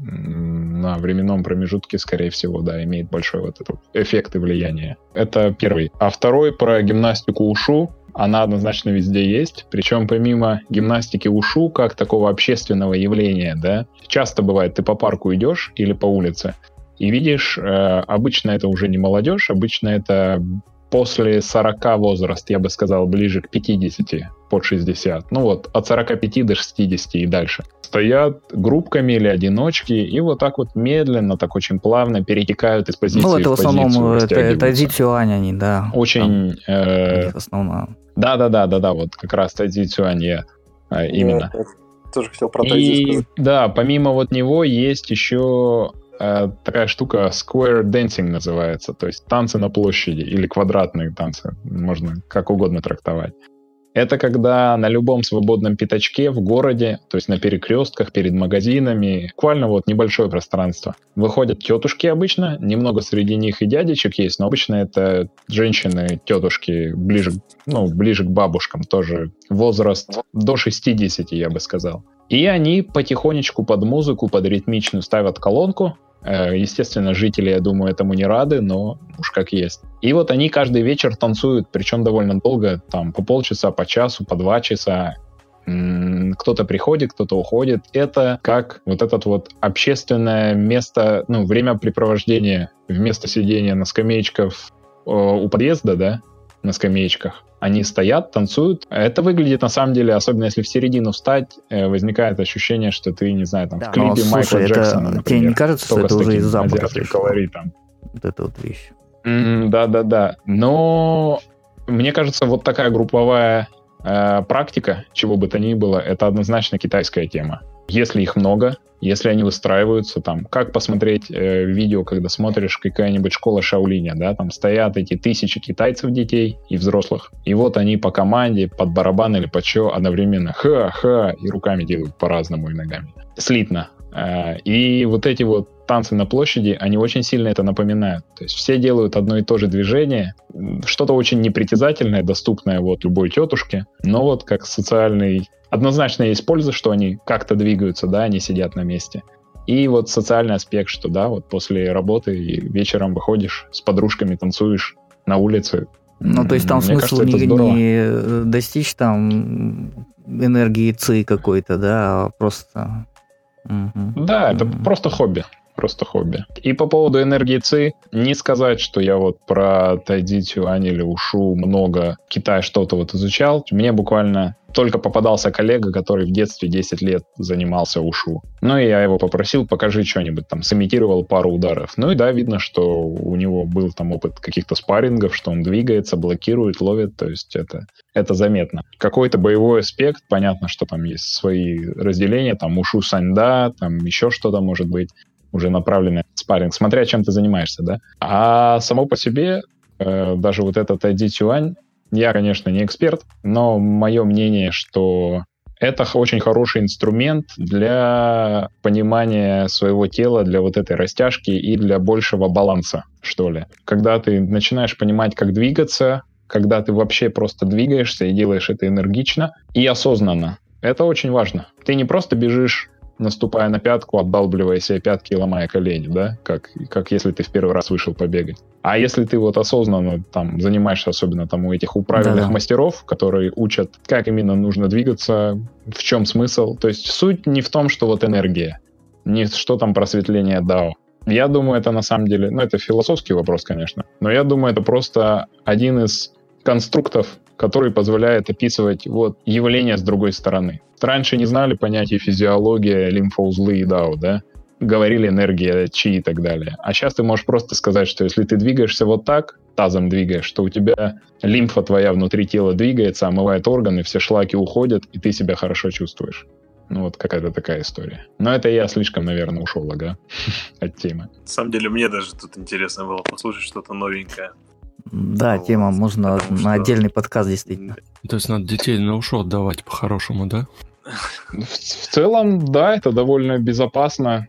на временном промежутке, скорее всего, да, имеет большой вот этот эффект и влияние. Это первый. А второй про гимнастику ушу. Она однозначно везде есть. Причем помимо гимнастики ушу, как такого общественного явления, да, часто бывает, ты по парку идешь или по улице, и видишь, э, обычно это уже не молодежь, обычно это после сорока возраст, я бы сказал, ближе к пятидесяти, под шестьдесят. Ну вот, от сорока пяти до шестидесяти и дальше. Стоят группками или одиночки, и вот так вот медленно, так очень плавно перетекают из позиции ну, это в позицию. Ну, в основном, это, это Тайцзи-Цюань они, да. Очень... Э, основном. Да-да-да-да-да, вот как раз Тайцзи-Цюань я э, именно. Я тоже хотел про Тайцзи сказать. Да, помимо вот него есть еще... такая штука square dancing называется, то есть танцы на площади или квадратные танцы, можно как угодно трактовать. Это когда на любом свободном пятачке в городе, то есть на перекрестках, перед магазинами, буквально вот небольшое пространство, выходят тетушки обычно, немного среди них и дядечек есть, но обычно это женщины, тетушки, ближе, ну, ближе к бабушкам, тоже возраст до шестидесяти, я бы сказал. И они потихонечку под музыку, под ритмичную ставят колонку. Естественно, жители, я думаю, этому не рады, но уж как есть. И вот они каждый вечер танцуют, причем довольно долго, там по полчаса, по часу, по два часа. Кто-то приходит, кто-то уходит. Это как вот это вот общественное место, ну, времяпрепровождения вместо сидения на скамеечках у подъезда, да, на скамеечках. Они стоят, танцуют. Это выглядит, на самом деле, особенно если в середину встать, возникает ощущение, что ты, не знаю, там, да, в клипе но, Майкла слушай, Джексона, это, например. Тебе не кажется, что это уже из Запада колоритом. Вот эта вот вещь. Mm, да-да-да. Но мне кажется, вот такая групповая э, практика, чего бы то ни было, это однозначно китайская тема. Если их много, если они выстраиваются, там, как посмотреть э, видео, когда смотришь какая-нибудь школа Шаолиня, да, там стоят эти тысячи китайцев, детей и взрослых, и вот они по команде, под барабан или под что, одновременно ха-ха, и руками делают по-разному и ногами. Слитно. Э, и вот эти вот танцы на площади, они очень сильно это напоминают. То есть все делают одно и то же движение, что-то очень непритязательное, доступное вот любой тетушке, но вот как социальный... Однозначно есть польза, что они как-то двигаются, да, они сидят на месте. И вот социальный аспект, что, да, вот после работы и вечером выходишь с подружками, танцуешь на улице. Ну, то есть там Мне смысл кажется, не, не достичь там энергии ци какой-то, да, а просто... Угу. Да, это угу. просто хобби. Просто хобби. И по поводу энергии ци, не сказать, что я вот про Тайцзи Цюань или ушу много в Китае что-то вот изучал. Мне буквально только попадался коллега, который в детстве десять лет занимался ушу. Ну и я его попросил, покажи что-нибудь, там, сымитировал пару ударов. Ну и да, видно, что у него был там опыт каких-то спаррингов, что он двигается, блокирует, ловит, то есть это, это заметно. Какой-то боевой аспект, понятно, что там есть свои разделения, там ушу саньда, там еще что-то может быть. уже направленная спарринг, смотря чем ты занимаешься, да. А само по себе, э, даже вот этот ай ди Цюань, я, конечно, не эксперт, но мое мнение, что это очень хороший инструмент для понимания своего тела, для вот этой растяжки и для большего баланса, что ли. Когда ты начинаешь понимать, как двигаться, когда ты вообще просто двигаешься и делаешь это энергично и осознанно. Это очень важно. Ты не просто бежишь, наступая на пятку, отдалбливая себе пятки и ломая колени, да, как, как если ты в первый раз вышел побегать. А если ты вот осознанно там занимаешься, особенно там у этих у правильных Да-да. мастеров, которые учат, как именно нужно двигаться, в чем смысл. То есть суть не в том, что вот энергия, не что там просветление дао. Я думаю, это на самом деле, ну это философский вопрос, конечно, но я думаю, это просто один из конструктов, который позволяет описывать вот явления с другой стороны. Раньше не знали понятия физиология, лимфоузлы и дао, да? Говорили энергия, чи и так далее. А сейчас ты можешь просто сказать, что если ты двигаешься вот так, тазом двигаешь, то у тебя лимфа твоя внутри тела двигается, омывает органы, все шлаки уходят, и ты себя хорошо чувствуешь. Ну вот какая-то такая история. Но это я слишком, наверное, ушел, ага, от темы. На самом деле мне даже тут интересно было послушать что-то новенькое. Да, вот, тема можно на что... отдельный подкаст, действительно. То есть надо детей на ушо отдавать по-хорошему, да? В, в целом, да, это довольно безопасно.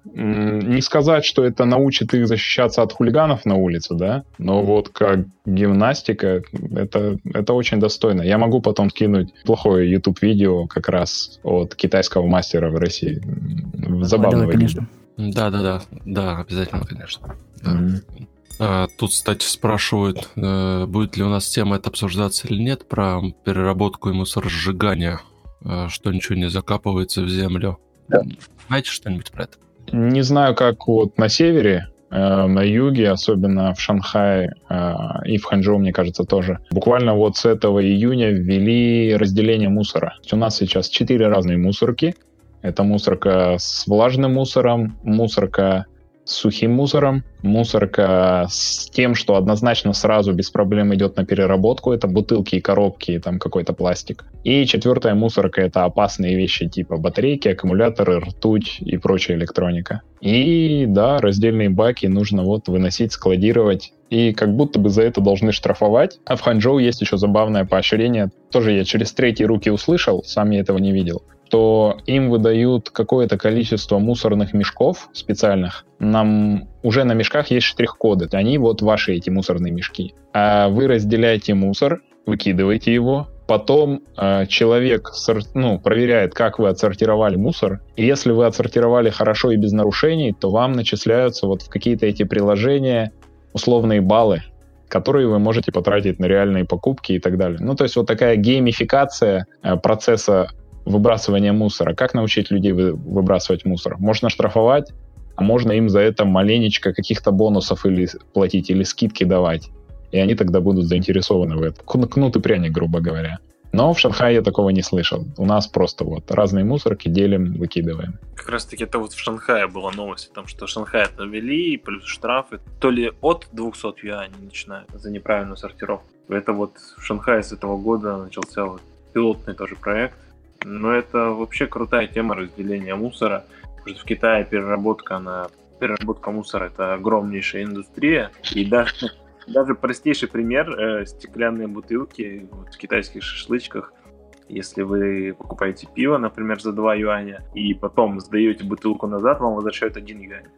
Не сказать, что это научит их защищаться от хулиганов на улице, да, но вот как гимнастика, это, это очень достойно. Я могу потом скинуть плохое YouTube-видео как раз от китайского мастера в России. Забавного Давай, конечно. Да-да-да, да, обязательно, конечно. Mm-hmm. А, тут, кстати, спрашивают, будет ли у нас тема это обсуждаться или нет, про переработку и мусоросжигание, что ничего не закапывается в землю. Да. Знаете что-нибудь про это? Не знаю, как вот на севере, э, на юге, особенно в Шанхае э, и в Ханчжоу, мне кажется, тоже. Буквально вот с этого июня ввели разделение мусора. У нас сейчас четыре разные мусорки. Это мусорка с влажным мусором, мусорка с сухим мусором, мусорка с тем, что однозначно сразу без проблем идет на переработку. Это бутылки и коробки, и там какой-то пластик. И четвертая мусорка — это опасные вещи типа батарейки, аккумуляторы, ртуть и прочая электроника. И да, раздельные баки нужно вот выносить, складировать. И как будто бы за это должны штрафовать. А в Ханчжоу есть еще забавное поощрение. Тоже я через третьи руки услышал, сам я этого не видел. То им выдают какое-то количество мусорных мешков специальных. Нам уже на мешках есть штрих-коды. Они вот ваши эти мусорные мешки. А вы разделяете мусор, выкидываете его. Потом э, человек сор- ну, проверяет, как вы отсортировали мусор. И если вы отсортировали хорошо и без нарушений, то вам начисляются вот в какие-то эти приложения условные баллы, которые вы можете потратить на реальные покупки и так далее. Ну, то есть вот такая геймификация э, процесса выбрасывания мусора. Как научить людей вы, выбрасывать мусор? Можно штрафовать, а можно им за это маленечко каких-то бонусов или платить, или скидки давать. И они тогда будут заинтересованы в этом. Кнут и пряник, грубо говоря. Но в Шанхае я такого не слышал. У нас просто вот разные мусорки делим, выкидываем. Как раз таки это вот в Шанхае была новость о том, что Шанхай это ввели, плюс штрафы. То ли от двухсот юаней начинают за неправильную сортировку. Это вот в Шанхае с этого года начался вот пилотный тоже проект. Но это вообще крутая тема разделения мусора. Потому что в Китае переработка, она, переработка мусора — это огромнейшая индустрия. И даже, даже простейший пример, э, стеклянные бутылки вот, в китайских шашлычках. Если вы покупаете пиво, например, за два юаня, и потом сдаете бутылку назад, вам возвращают один юань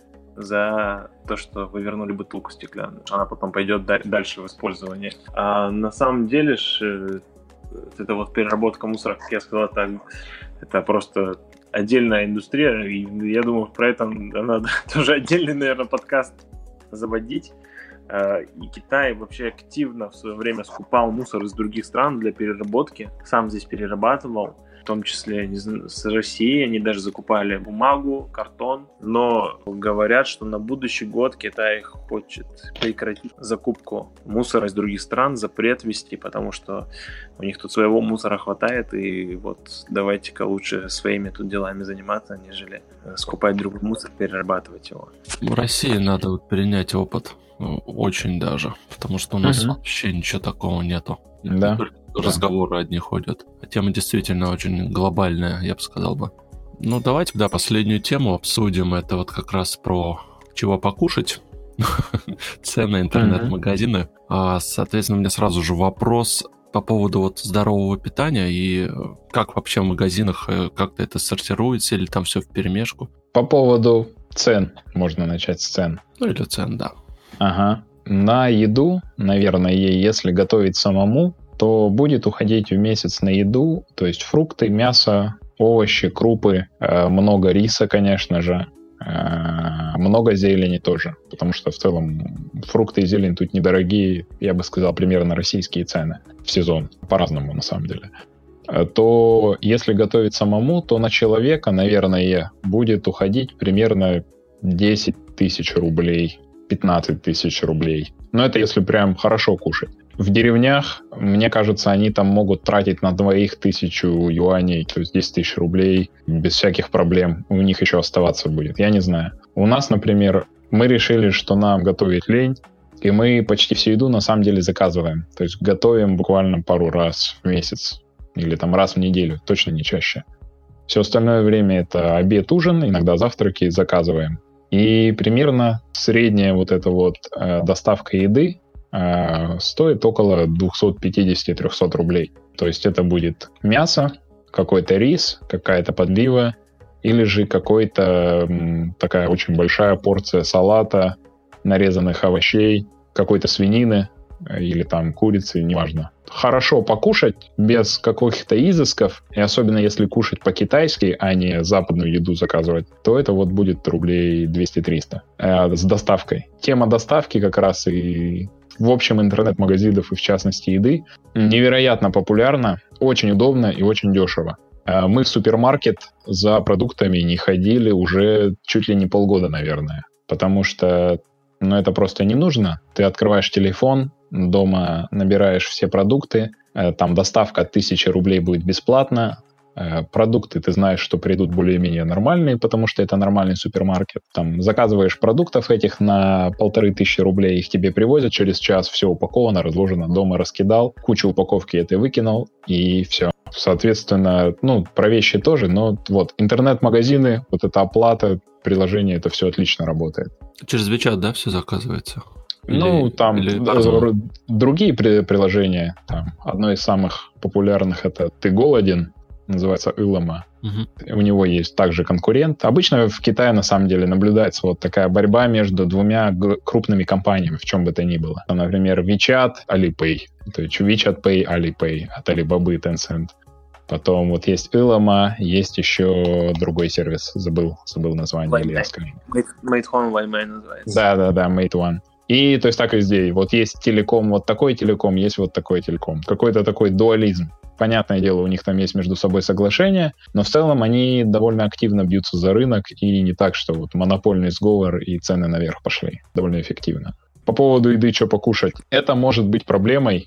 за то, что вы вернули бутылку стеклянную. Она потом пойдет дальше в использование. А на самом деле ж, это вот переработка мусора, как я сказал, это, это просто отдельная индустрия, и я думаю, про это надо тоже отдельный, наверное, подкаст заводить. И Китай вообще активно в свое время скупал мусор из других стран для переработки, сам здесь перерабатывал, в том числе не знаю, с Россией, они даже закупали бумагу, картон, но говорят, что на будущий год Китай хочет прекратить закупку мусора из других стран, запрет ввести, потому что у них тут своего мусора хватает, и вот давайте-ка лучше своими тут делами заниматься, нежели скупать другой мусор, перерабатывать его. В России надо вот перенять опыт, очень даже, потому что у нас uh-huh. вообще ничего такого нету. Да. Разговоры одни ходят. А тема действительно очень глобальная, я бы сказал бы. Ну, давайте, да, последнюю тему обсудим. Это вот как раз про чего покушать. Цены, интернет-магазины. А, соответственно, у меня сразу же вопрос по поводу вот здорового питания и как вообще в магазинах как-то это сортируется или там все вперемешку? По поводу цен. Можно начать с цен. Ну, или цен, да. Ага. На еду, наверное, если готовить самому, то будет уходить в месяц на еду, то есть фрукты, мясо, овощи, крупы, много риса, конечно же, много зелени тоже, потому что в целом фрукты и зелень тут недорогие, я бы сказал, примерно российские цены в сезон, по-разному на самом деле. То если готовить самому, то на человека, наверное, будет уходить примерно десять тысяч рублей, пятнадцать тысяч рублей. Но это если прям хорошо кушать. В деревнях, мне кажется, они там могут тратить на двоих тысячу юаней, то есть десять тысяч рублей, без всяких проблем. У них еще оставаться будет, я не знаю. У нас, например, мы решили, что нам готовить лень, и мы почти всю еду на самом деле заказываем. То есть готовим буквально пару раз в месяц или там раз в неделю, точно не чаще. Все остальное время это обед, ужин, иногда завтраки заказываем. И примерно средняя вот эта вот э, доставка еды э, стоит около двести пятьдесят - триста рублей. То есть это будет мясо, какой-то рис, какая-то подлива, или же какой-то м, такая очень большая порция салата, нарезанных овощей, какой-то свинины э, или там курицы, неважно. Хорошо покушать без каких-то изысков, и особенно если кушать по-китайски, а не западную еду заказывать, то это вот будет рублей двести-триста э, с доставкой. Тема доставки как раз и в общем интернет-магазинов, и в частности еды, невероятно популярна, очень удобно и очень дешево. Э, мы в супермаркет за продуктами не ходили уже чуть ли не полгода, наверное, потому что ну, это просто не нужно. Ты открываешь телефон, дома набираешь все продукты, там доставка от тысячи рублей будет бесплатно, продукты ты знаешь, что придут более-менее нормальные, потому что это нормальный супермаркет. Там заказываешь продуктов этих на полторы тысячи рублей, их тебе привозят через час, все упаковано, разложено, дома раскидал, кучу упаковки этой выкинул, и все. Соответственно, ну, про вещи тоже, но вот интернет-магазины, вот эта оплата, приложение, это все отлично работает. Через WeChat, да, все заказывается? Ну, или, там или д- другие при- приложения. Там одно из самых популярных — это «Ты голоден», называется Илома. Угу. У него есть также конкурент. Обычно в Китае, на самом деле, наблюдается вот такая борьба между двумя г- крупными компаниями, в чем бы то ни было. Например, WeChat, Alipay. То есть WeChat Pay, Alipay от Alibaba и Tencent. Потом вот есть Илома, есть еще другой сервис, забыл, забыл название. Или я скажу. Meituan Waimai называется. Да-да-да, Meituan. И то есть так и везде. Вот есть телеком, вот такой телеком, есть вот такой телеком. Какой-то такой дуализм. Понятное дело, у них там есть между собой соглашения, но в целом они довольно активно бьются за рынок, и не так, что вот монопольный сговор и цены наверх пошли. Довольно эффективно. По поводу еды, что покушать. Это может быть проблемой,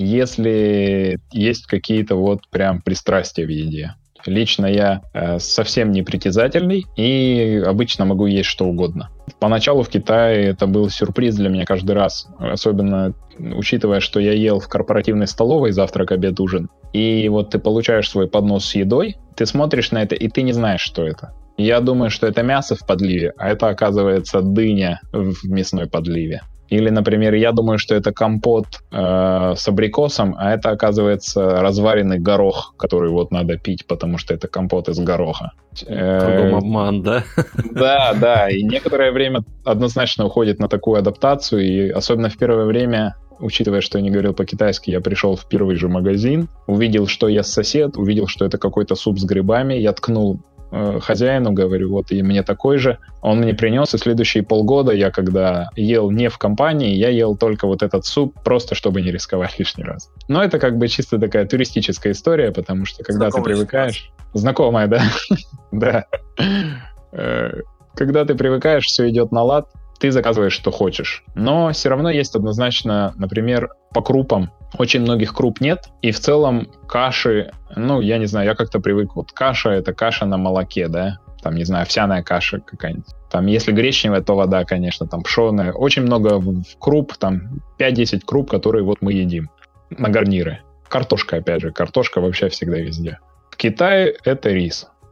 если есть какие-то вот прям пристрастия в еде. Лично я э, совсем не притязательный и обычно могу есть что угодно. Поначалу в Китае это был сюрприз для меня каждый раз, особенно учитывая, что я ел в корпоративной столовой завтрак, обед, ужин. И вот ты получаешь свой поднос с едой, ты смотришь на это, и ты не знаешь, что это. Я думаю, что это мясо в подливе, а это, оказывается, дыня в мясной подливе. Или, например, я думаю, что это компот э, с абрикосом, а это, оказывается, разваренный горох, который вот надо пить, потому что это компот из гороха. Кругом обман, да? Да, да. И некоторое время однозначно уходит на такую адаптацию, и особенно в первое время, учитывая, что я не говорил по-китайски, я пришел в первый же магазин, увидел, что ест сосед, увидел, что это какой-то суп с грибами, я ткнул хозяину, говорю, вот и мне такой же. Он мне принес, и следующие полгода я, когда ел не в компании, я ел только вот этот суп, просто чтобы не рисковать лишний раз. Но это как бы чисто такая туристическая история, потому что когда ты привыкаешь... Знакомая, да? Да. Когда ты привыкаешь, все идет на лад, ты заказываешь, что хочешь. Но все равно есть однозначно, например, по крупам. Очень многих круп нет, и в целом каши, ну, я не знаю, я как-то привык, вот каша — это каша на молоке, да, там, не знаю, овсяная каша какая-нибудь. Там, если гречневая, то вода, конечно, там пшеная. Очень много круп, там, пять-десять круп, которые вот мы едим на гарниры. Картошка, опять же, картошка вообще всегда везде. В Китае это рис.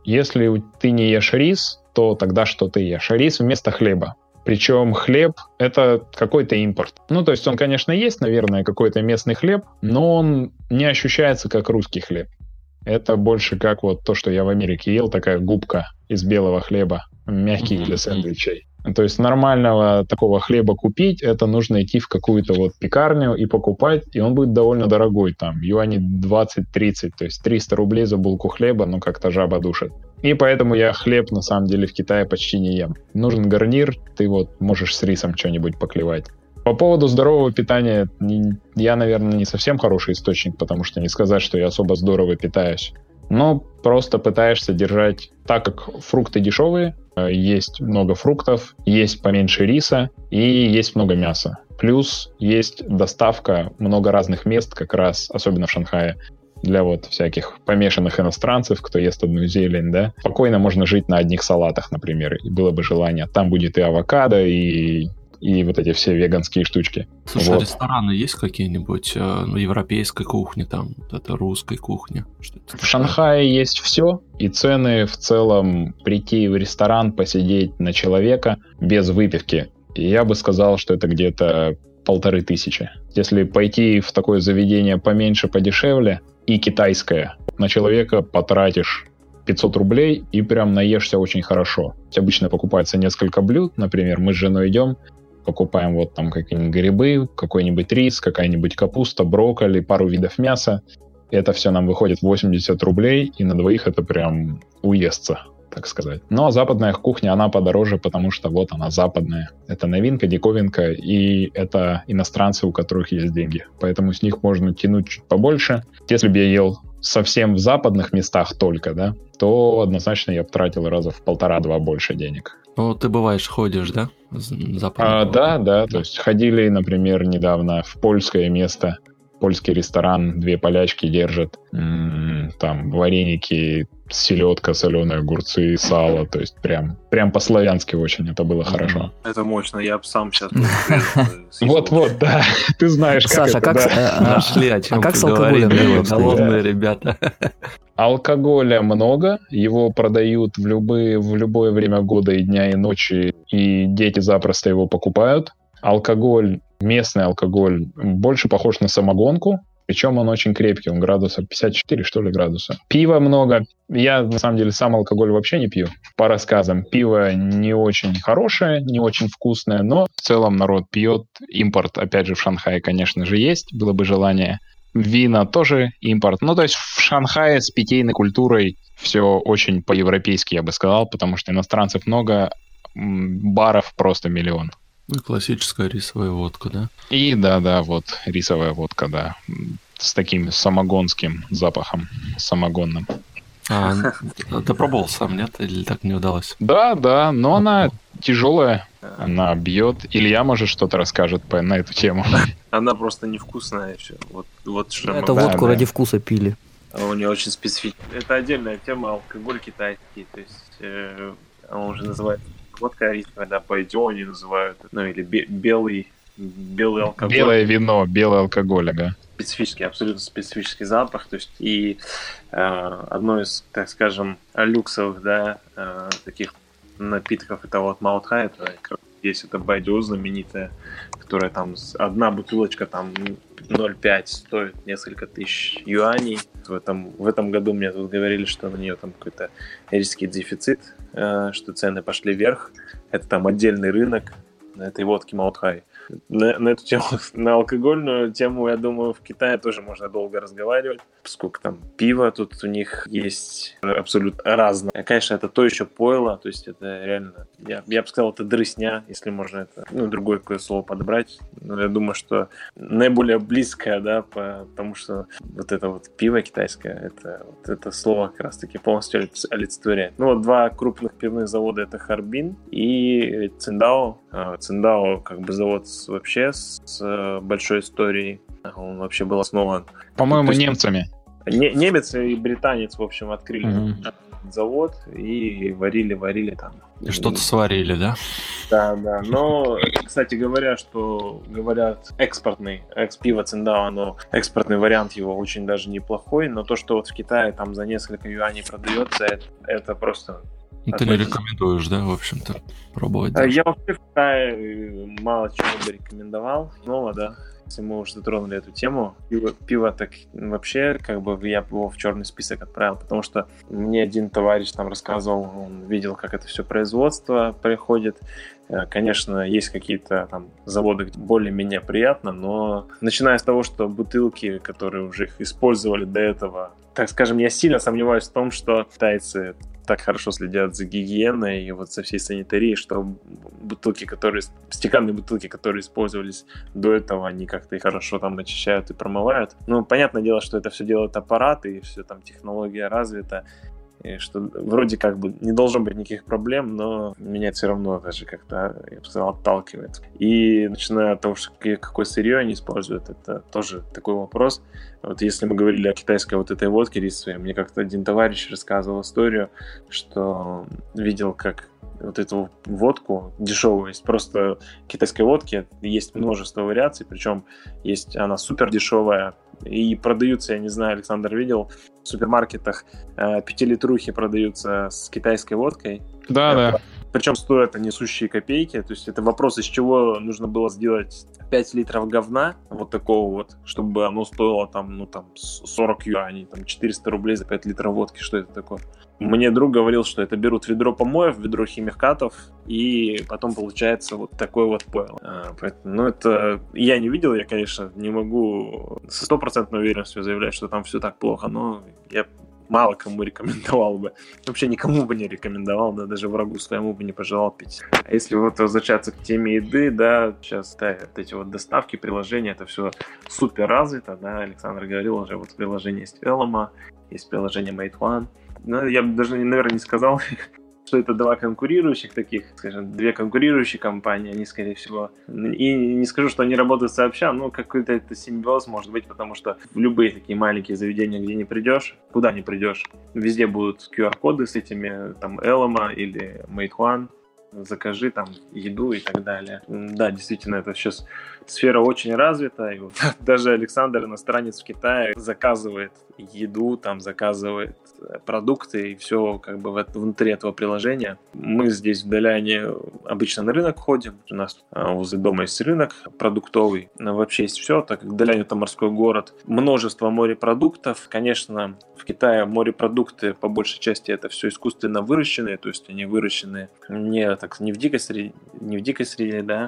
Если ты не ешь рис, то тогда что ты ешь? Рис вместо хлеба. Причем хлеб — это какой-то импорт. Ну, то есть он, конечно, есть, наверное, какой-то местный хлеб, но он не ощущается как русский хлеб. Это больше как вот то, что я в Америке ел, такая губка из белого хлеба, мягкий mm-hmm. для сэндвичей. То есть нормального такого хлеба купить, это нужно идти в какую-то вот пекарню и покупать, и он будет довольно дорогой, там, юаней двадцать-тридцать, то есть триста рублей за булку хлеба, ну, как-то жаба душит. И поэтому я хлеб, на самом деле, в Китае почти не ем. Нужен гарнир, ты вот можешь с рисом что-нибудь поклевать. По поводу здорового питания, я, наверное, не совсем хороший источник, потому что не сказать, что я особо здорово питаюсь. Но просто пытаешься держать, так как фрукты дешевые, есть много фруктов, есть поменьше риса и есть много мяса. Плюс есть доставка, много разных мест, как раз, особенно в Шанхае, для вот всяких помешанных иностранцев, кто ест одну зелень, да. Спокойно можно жить на одних салатах, например, и было бы желание. Там будет и авокадо, и... и вот эти все веганские штучки. Слушай, вот. А рестораны есть какие-нибудь э, ну, европейской кухни, там, вот это русской кухни? Что-то в Шанхае есть все, и цены в целом прийти в ресторан, посидеть на человека без выпивки, я бы сказал, что это где-то полторы тысячи. Если пойти в такое заведение поменьше, подешевле, и китайское, на человека потратишь пятьсот рублей и прям наешься очень хорошо. Обычно покупается несколько блюд, например, мы с женой идем, покупаем вот там какие-нибудь грибы, какой-нибудь рис, какая-нибудь капуста, брокколи, пару видов мяса. Это все нам выходит восемьдесят рублей, и на двоих это прям уестся, так сказать. Но западная кухня, она подороже, потому что вот она западная. Это новинка, диковинка, и это иностранцы, у которых есть деньги. Поэтому с них можно тянуть чуть побольше. Если бы я ел совсем в западных местах только, да, то однозначно я бы тратил раза в полтора-два больше денег. Ну, ты бываешь, ходишь, да? А, да, да, то есть ходили, например, недавно в польское место, польский ресторан, две полячки держат, м-м, там вареники, селедка, соленые огурцы, сало, то есть прям, прям по-славянски очень, это было хорошо. Это мощно, я бы сам сейчас... Вот-вот, да, ты знаешь, как Саша, это, да. Нашли, о чем поговорить, голодные ребята. Алкоголя много, его продают в любые, в любое время года и дня, и ночи, и дети запросто его покупают. Алкоголь, местный алкоголь, больше похож на самогонку, причем он очень крепкий, он градусов пятьдесят четыре, что ли, градуса. Пива много. Я, на самом деле, сам алкоголь вообще не пью. По рассказам, пиво не очень хорошее, не очень вкусное, но в целом народ пьет. Импорт, опять же, в Шанхае, конечно же, есть, было бы желание. Вина тоже импорт. Ну, то есть в Шанхае с питейной культурой все очень по-европейски, я бы сказал, потому что иностранцев много, баров просто миллион. Ну, классическая рисовая водка, да? И да-да, вот рисовая водка, да, с таким самогонским запахом, самогонным. А, ты пробовал сам, нет? Или так не удалось? Да, да, но она тяжелая, она бьет. Илья, может, что-то расскажет по, на эту тему. Она просто невкусная еще. Вот, вот что Это мы... водку да, ради да. вкуса пили. У нее очень специфичная. Это отдельная тема, алкоголь китайский. То есть э, он уже называется водка рисовая, да, по идионе называют. Ну или бе- белый, белый алкоголь. Белое вино, белый алкоголь, ага. Специфический, абсолютно специфический запах. То есть и э, одно из, так скажем, люксовых, да, э, таких напитков это вот Маутхай, это есть это Байдю знаменитая, которая там одна бутылочка там ноль пять стоит несколько тысяч юаней. В этом, в этом году мне тут говорили, что на нее там какой-то резкий дефицит, э, что цены пошли вверх. Это там отдельный рынок на этой водке Маутхай. На, на эту тему, на алкогольную тему, я думаю, в Китае тоже можно долго разговаривать, поскольку там пиво тут у них есть абсолютно разное. Конечно, это то еще пойло, то есть это реально, я, я бы сказал, это дрысня, если можно это, ну, другое какое слово подобрать. Но я думаю, что наиболее близкое, да, потому что вот это вот пиво китайское, это, вот это слово как раз-таки полностью олицетворяет. Ну, вот два крупных пивных завода, это Харбин и Циндао. Циндао, как бы завод вообще с большой историей. Он вообще был основан... По-моему, есть, немцами. Не, немец и британец, в общем, открыли. Mm-hmm. завод и варили, варили там. И что-то сварили, да? Да, да. Но, кстати говоря, что говорят, экспортный, экс, пиво Циндао, оно, экспортный вариант его очень даже неплохой, но то, что вот в Китае там за несколько юаней продается, это, это просто... Ты не рекомендуешь, да, в общем-то, пробовать? Даже. Я вообще в Китае мало чего бы рекомендовал. Снова, да, если мы уже затронули эту тему. Пиво, пиво так вообще, как бы я его в черный список отправил, потому что мне один товарищ там рассказывал, он видел, как это все производство происходит. Конечно, есть какие-то там заводы, где более-менее приятно, но начиная с того, что бутылки, которые уже их использовали до этого, так скажем, я сильно сомневаюсь в том, что китайцы так хорошо следят за гигиеной и вот со всей санитарией, что бутылки, которые, стеклянные бутылки, которые использовались до этого, они как-то их хорошо там очищают и промывают. Ну, понятное дело, что это все делают аппараты, и все там технология развита, и что вроде как бы не должно быть никаких проблем, но меня все равно даже как-то, я бы сказал, отталкивает. И начиная от того, что какое сырье они используют, это тоже такой вопрос. Вот если мы говорили о китайской вот этой водке рисовой, мне как-то один товарищ рассказывал историю, что видел, как вот эту водку дешевую, есть просто китайской водки, есть множество вариаций, причем есть она супер дешевая, и продаются, я не знаю, Александр видел, в супермаркетах э, пятилитрухи продаются с китайской водкой. Да, это, да. Причем стоят они сущие копейки, то есть это вопрос, из чего нужно было сделать пять литров говна, вот такого вот, чтобы оно стоило там, ну там, сорок юаней, там, четыреста рублей за пять литров водки, что это такое? Мне друг говорил, что это берут ведро помоев, ведро химикатов, и потом получается вот такой вот пойл. А, поэтому, ну, это я не видел, я, конечно, не могу со стопроцентной уверенностью заявлять, что там все так плохо, но я мало кому рекомендовал бы. Вообще никому бы не рекомендовал, да, даже врагу своему бы не пожелал пить. А если вот возвращаться к теме еды, да, сейчас, да, вот эти вот доставки, приложения, это все супер развито, да, Александр говорил уже, вот приложение есть Элома, есть приложение Meituan. Ну, я бы даже, наверное, не сказал, что это два конкурирующих таких, скажем, две конкурирующие компании, они, скорее всего, и не скажу, что они работают сообща, но какой-то это симбиоз может быть, потому что в любые такие маленькие заведения, где не придешь, куда не придешь, везде будут ку ар-коды с этими, там, Элома или Meituan, закажи там еду и так далее. Да, действительно, это сейчас сфера очень развита. И вот даже Александр, иностранец в Китае, заказывает еду, там заказывает продукты и все как бы внутри этого приложения. Мы здесь в Даляне обычно на рынок ходим. У нас возле дома есть рынок продуктовый. Вообще есть все, так как Далянь — это морской город. Множество морепродуктов. Конечно, в Китае морепродукты по большей части это все искусственно выращенные, то есть они выращены не, так, не в дикой среде, не в дикой среде, да,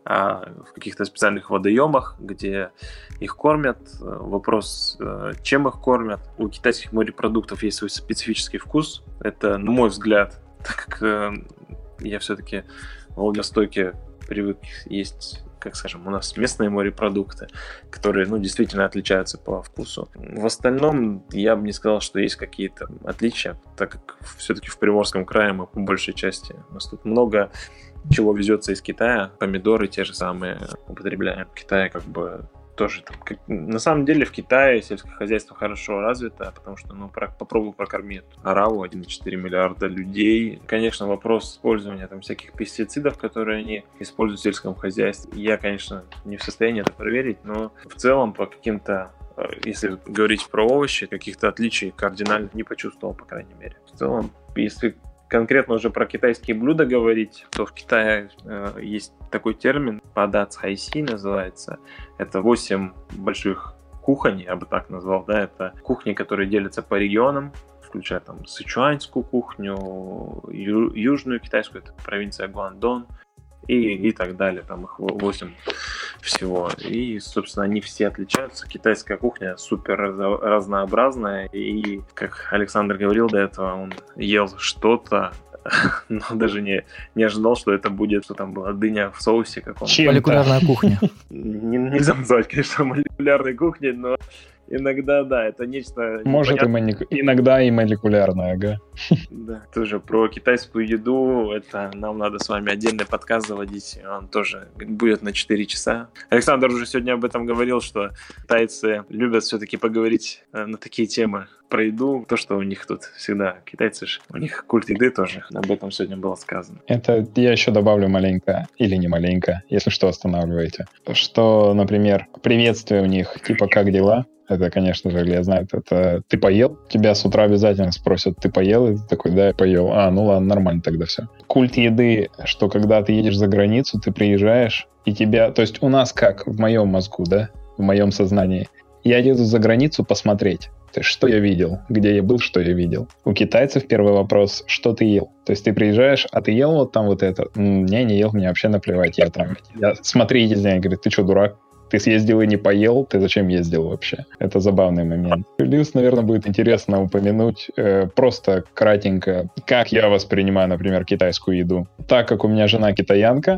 а в каких-то специальных водоемах, где их кормят. Вопрос, чем их кормят. У китайских морепродуктов есть свой специфический вкус. Это, на мой взгляд, так как я все-таки в Владивостоке привык есть, как скажем, у нас местные морепродукты, которые, ну, действительно отличаются по вкусу. В остальном я бы не сказал, что есть какие-то отличия, так как все-таки в Приморском крае мы по большей части, у нас тут много чего везется из Китая, помидоры те же самые употребляем. В Китае как бы тоже там, как... на самом деле в Китае сельское хозяйство хорошо развито, потому что, ну, про... попробуй прокорми Араву, один целых четыре четвертых миллиарда людей. Конечно, вопрос использования там всяких пестицидов, которые они используют в сельском хозяйстве. Я, конечно, не в состоянии это проверить, но в целом по каким-то, если говорить про овощи, каких-то отличий кардинальных не почувствовал, по крайней мере. В целом, если конкретно уже про китайские блюда говорить, то в Китае э, есть такой термин, пада цхайси называется. Это восемь больших кухонь, я бы так назвал, да, это кухни, которые делятся по регионам, включая там сычуаньскую кухню, ю- южную китайскую, это провинция Гуандон, и, и так далее, там их восемь всего. И, собственно, они все отличаются. Китайская кухня супер разнообразная, и, как Александр говорил до этого, он ел что-то, но даже не, не ожидал, что это будет, что там была дыня в соусе каком-то. Молекулярная кухня. Нельзя назвать, конечно, молекулярной кухней, но иногда, да, это нечто... Может, и моник... иногда и молекулярная, ага. Да, тоже про китайскую еду, это нам надо с вами отдельный подкаст заводить, он тоже будет на четыре часа. Александр уже сегодня об этом говорил, что китайцы любят все-таки поговорить на такие темы про еду, то, что у них тут всегда, китайцы же, у них культ еды тоже, об этом сегодня было сказано. Это я еще добавлю маленько, или не маленько, если что, останавливаете. Что, например, приветствие у них, типа, как дела? Это, конечно же, Илья знает, это ты поел? Тебя с утра обязательно спросят, ты поел? И ты такой, да, я поел. А, ну ладно, нормально тогда все. Культ еды, что когда ты едешь за границу, ты приезжаешь, и тебя... То есть у нас как в моем мозгу, да, в моем сознании. Я еду за границу посмотреть. То есть, что я видел, где я был, что я видел. У китайцев первый вопрос, что ты ел? То есть ты приезжаешь, а ты ел вот там вот это? Не, не ел, мне вообще наплевать. Я там, я, смотри, я говорю, ты что, дурак? Ты съездил и не поел, ты зачем ездил вообще? Это забавный момент. Плюс, наверное, будет интересно упомянуть э, просто кратенько, как я воспринимаю, например, китайскую еду. Так как у меня жена китаянка,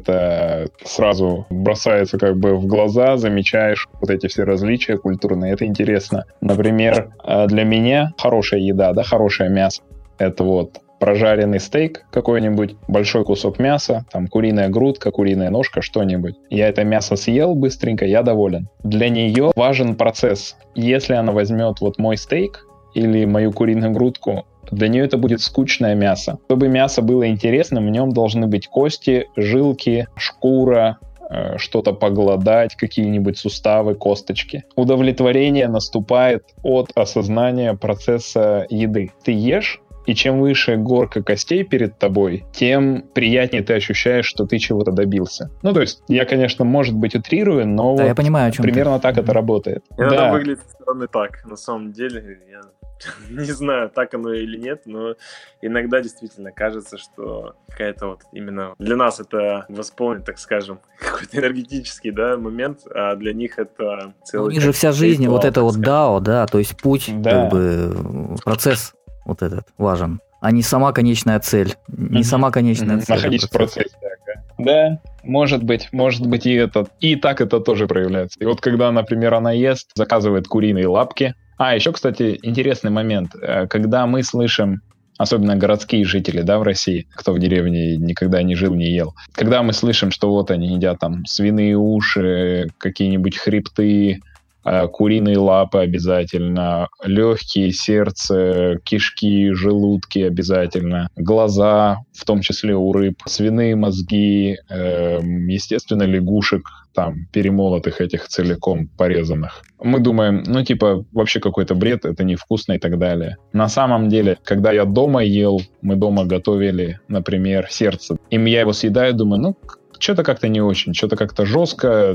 это сразу бросается как бы в глаза, замечаешь вот эти все различия культурные, это интересно. Например, для меня хорошая еда, да, хорошее мясо, это вот прожаренный стейк какой-нибудь, большой кусок мяса, там куриная грудка, куриная ножка, что-нибудь. Я это мясо съел быстренько, я доволен. Для нее важен процесс. Если она возьмет вот мой стейк или мою куриную грудку, для нее это будет скучное мясо. Чтобы мясо было интересным, в нем должны быть кости, жилки, шкура, э, что-то поглодать, какие-нибудь суставы, косточки. Удовлетворение наступает от осознания процесса еды. Ты ешь, и чем выше горка костей перед тобой, тем приятнее ты ощущаешь, что ты чего-то добился. Ну, то есть, я, конечно, может быть, утрирую, но да, вот я понимаю, о чем примерно ты. так это работает. Иногда да. выглядит со стороны так, на самом деле. Я не знаю, так оно или нет, но иногда действительно кажется, что какая-то вот именно для нас это восполнит, так скажем, какой-то энергетический, да, момент, а для них это целый... У них же вся жизнь, ритуал, вот это вот скажем. дао, да, то есть путь, Да. как бы процесс вот этот важен, а не сама конечная цель. Не Мгм. сама конечная Мгм. цель. Находись а в процессе. ага. Да, может быть, может быть и это. И так это тоже проявляется. И вот когда, например, она ест, заказывает куриные лапки. А, еще, кстати, интересный момент. Э, Когда мы слышим, особенно городские жители, да, в России, кто в деревне никогда не жил, не ел, когда мы слышим, что вот они едят там свиные уши, какие-нибудь хребты, э, куриные лапы обязательно, легкие, сердце, кишки, желудки обязательно, глаза, в том числе у рыб, свиные мозги, э, естественно, лягушек, там, перемолотых этих целиком, порезанных. Мы думаем, ну, типа, вообще какой-то бред, это невкусно и так далее. На самом деле, когда я дома ел, мы дома готовили, например, сердце, и я его съедаю, думаю, ну, что-то как-то не очень, что-то как-то жестко,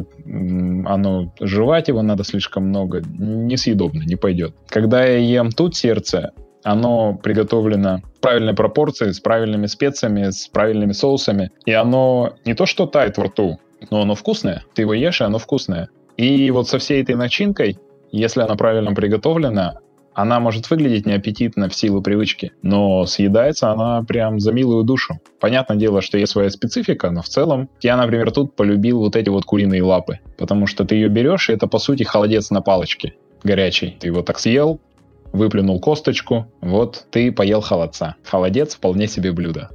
оно, жевать его надо слишком много, несъедобно, не пойдет. Когда я ем тут сердце, оно приготовлено в правильной пропорции, с правильными специями, с правильными соусами, и оно не то что тает во рту, но оно вкусное. Ты его ешь, и оно вкусное. И вот со всей этой начинкой, если она правильно приготовлена, она может выглядеть неаппетитно в силу привычки, но съедается она прям за милую душу. Понятное дело, что есть своя специфика, но в целом я, например, тут полюбил вот эти вот куриные лапы, потому что ты ее берешь, и это, по сути, холодец на палочке горячий. Ты его так съел, выплюнул косточку, вот ты поел холодца. Холодец вполне себе блюдо.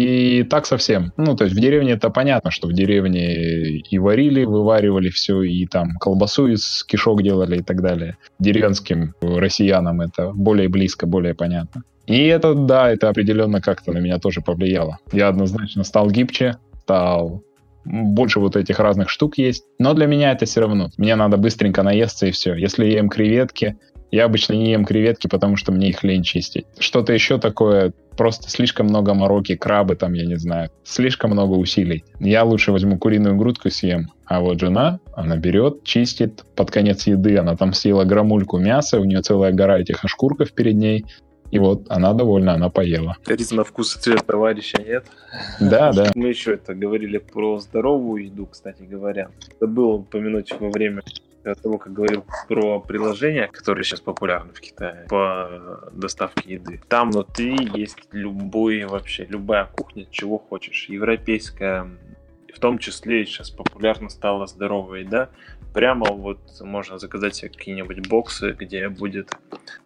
И так совсем. Ну, то есть в деревне это понятно, что в деревне и варили, вываривали все, и там колбасу из кишок делали и так далее. Деревенским россиянам это более близко, более понятно. И это, да, это определенно как-то на меня тоже повлияло. Я однозначно стал гибче, стал больше вот этих разных штук есть. Но для меня это все равно. Мне надо быстренько наесться и все. Если я ем креветки, я обычно не ем креветки, потому что мне их лень чистить. Что-то еще такое, просто слишком много мороки, крабы там, я не знаю, слишком много усилий. Я лучше возьму куриную грудку и съем. А вот жена, она берет, чистит, под конец еды она там съела грамульку мяса, у нее целая гора этих ошкурков перед ней. И вот она довольна, она поела. Рис на вкус и цвет товарища нет. Да, да. Мы еще это говорили про здоровую еду, кстати говоря. Забыл упомянуть во время того, как говорил про приложения, которые сейчас популярны в Китае по доставке еды. Там внутри есть любой, вообще любая кухня, чего хочешь. Европейская, в том числе сейчас популярна стала здоровая еда. Прямо вот можно заказать себе какие-нибудь боксы, где будет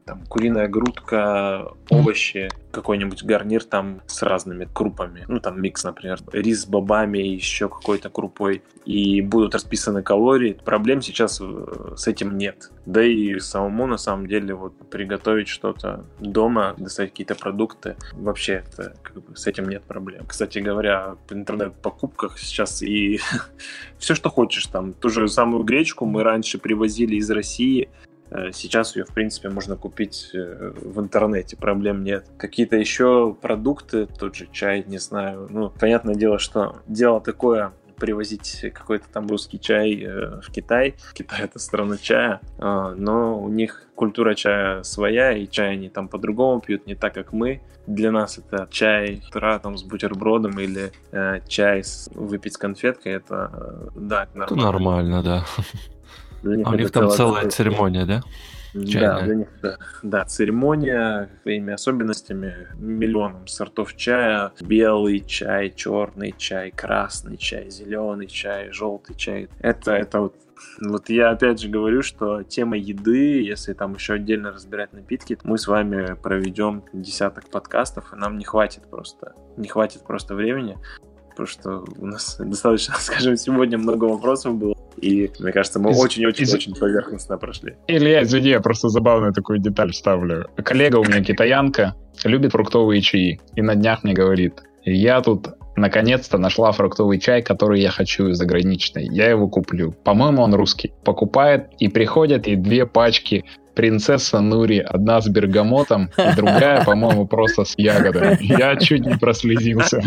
там куриная грудка, овощи, какой-нибудь гарнир там с разными крупами. Ну, там микс, например, рис с бобами, еще какой-то крупой. И будут расписаны калории. Проблем сейчас с этим нет. Да и самому, на самом деле, вот приготовить что-то дома, достать какие-то продукты, вообще это, как бы, с этим нет проблем. Кстати говоря, в интернет-покупках сейчас и все, что хочешь. Там ту же самую гречку мы раньше привозили из России. Сейчас ее, в принципе, можно купить в интернете, проблем нет. Какие-то еще продукты, тот же чай, не знаю. Ну, понятное дело, что дело такое, привозить какой-то там русский чай в Китай. Китай — это страна чая, но у них культура чая своя, и чай они там по-другому пьют, не так, как мы. Для нас это чай там с бутербродом или э, чай с, выпить с конфеткой, это, да, это нормально. Это нормально, да. А у них там целая такой... церемония, да? Чайная. Да, для них, да, да, церемония своими особенностями, миллионом сортов чая, белый чай, черный чай, красный чай, зеленый чай, желтый чай. Это, это вот, вот я опять же говорю, что тема еды, если там еще отдельно разбирать напитки, мы с вами проведем десяток подкастов, и нам не хватит просто, не хватит просто времени. Потому что у нас достаточно, скажем, сегодня много вопросов было. И, мне кажется, мы очень-очень-очень из... поверхностно прошли. Илья, извини, я просто забавную такую деталь вставлю. Коллега у меня китаянка, любит фруктовые чаи. И на днях мне говорит, я тут наконец-то нашла фруктовый чай, который я хочу, заграничный. Я его куплю. По-моему, он русский. Покупает, и приходят ей две пачки принцесса Нури, одна с бергамотом, и другая, по-моему, просто с ягодами. Я чуть не прослезился.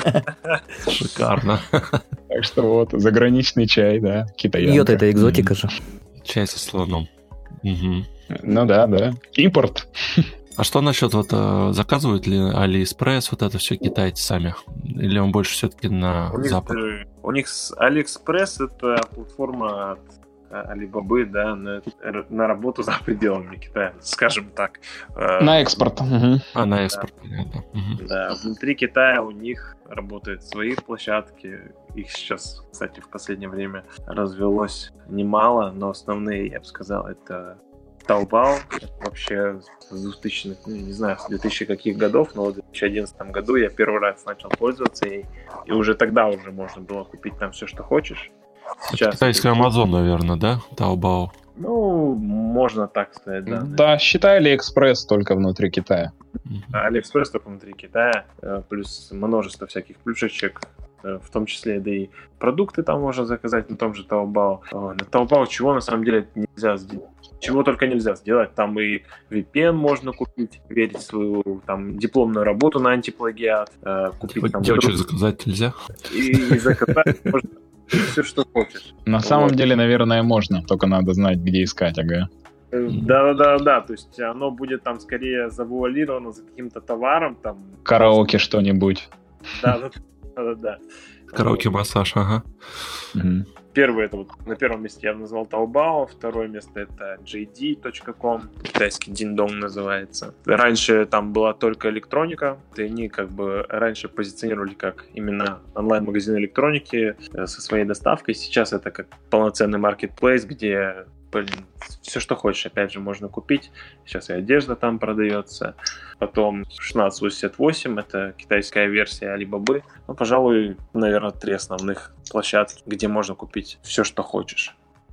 Шикарно. Так что вот, заграничный чай, да, китаянка. Йод — это экзотика же. Чай со слоном. Угу. Ну да, да. Импорт. А что насчет, вот, заказывают ли Алиэкспресс, вот это все китайцы сами? Или он больше все-таки на у Запад? Них, у них Алиэкспресс — это платформа от Алибабы, да, на, на работу за пределами Китая, скажем так. На экспорт. Угу. А, на экспорт, понятно. Угу. Да, внутри Китая у них работают свои площадки. Их сейчас, кстати, в последнее время развелось немало, но основные, я бы сказал, это Taobao. Это вообще с двухтысячных, ну, не знаю, с двухтысячных каких годов, но в две тысячи одиннадцатом году я первый раз начал пользоваться ей, и уже тогда уже можно было купить там все, что хочешь. Сейчас. Китайский Амазон, наверное, да? Taobao. Ну, можно так сказать, да. Да, считай Алиэкспресс только внутри Китая. Алиэкспресс только внутри Китая, плюс множество всяких плюшечек, в том числе, да и продукты там можно заказать на том же Taobao. На Taobao чего на самом деле нельзя сделать? Чего только нельзя сделать. Там и ви пи эн можно купить, верить свою там дипломную работу на антиплагиат. Купить, типа там, девочек друг... заказать нельзя? И, и заказать можно все, что хочешь. На вот. Самом деле, наверное, можно, только надо знать, где искать, ага. Да-да-да, то есть оно будет там скорее завуалировано за каким-то товаром. Там. Караоке что-нибудь. Да-да-да. Караоке-массаж, ага. Угу. Первый, это вот на первом месте я назвал Taobao, второе место это джей ди точка ком, китайский Dingdong называется. Раньше там была только электроника, и они как бы раньше позиционировали как именно онлайн-магазин электроники со своей доставкой. Сейчас это как полноценный маркетплейс, где, блин, все, что хочешь, опять же, можно купить. Сейчас и одежда там продается. Потом шестнадцать восемьдесят восемь, это китайская версия Алибабы. Ну, пожалуй, наверное, три основных площадки, где можно купить все, что хочешь.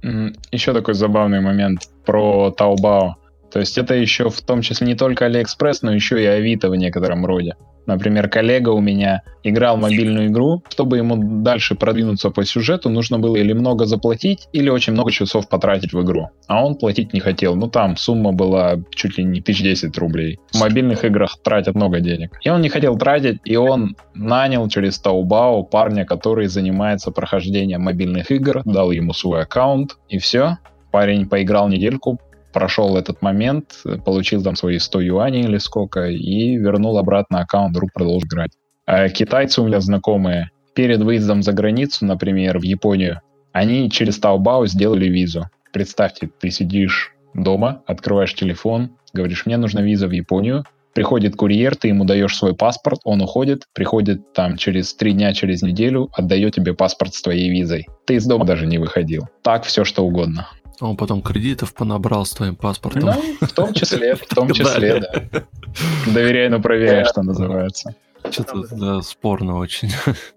Еще такой забавный момент про Taobao. То есть это еще в том числе не только Алиэкспресс, но еще и Авито в некотором роде. Например, коллега у меня играл в мобильную игру. Чтобы ему дальше продвинуться по сюжету, нужно было или много заплатить, или очень много часов потратить в игру. А он платить не хотел. Ну, там сумма была чуть ли не тысяча десять рублей. В мобильных играх тратят много денег. И он не хотел тратить, и он нанял через Taobao парня, который занимается прохождением мобильных игр, дал ему свой аккаунт, и все. Парень поиграл недельку, прошел этот момент, получил там свои сто юаней или сколько, и вернул обратно аккаунт, вдруг продолжил играть. А китайцы у меня знакомые, перед выездом за границу, например, в Японию, они через Taobao сделали визу. Представьте, ты сидишь дома, открываешь телефон, говоришь, мне нужна виза в Японию, приходит курьер, ты ему даешь свой паспорт, он уходит, приходит там через три дня, через неделю, отдает тебе паспорт с твоей визой. Ты из дома даже не выходил. Так все что угодно. А он потом кредитов понабрал с твоим паспортом. Ну, в том числе, в том числе, да. Доверяй, но проверяй, что называется. Что-то, да, спорно очень.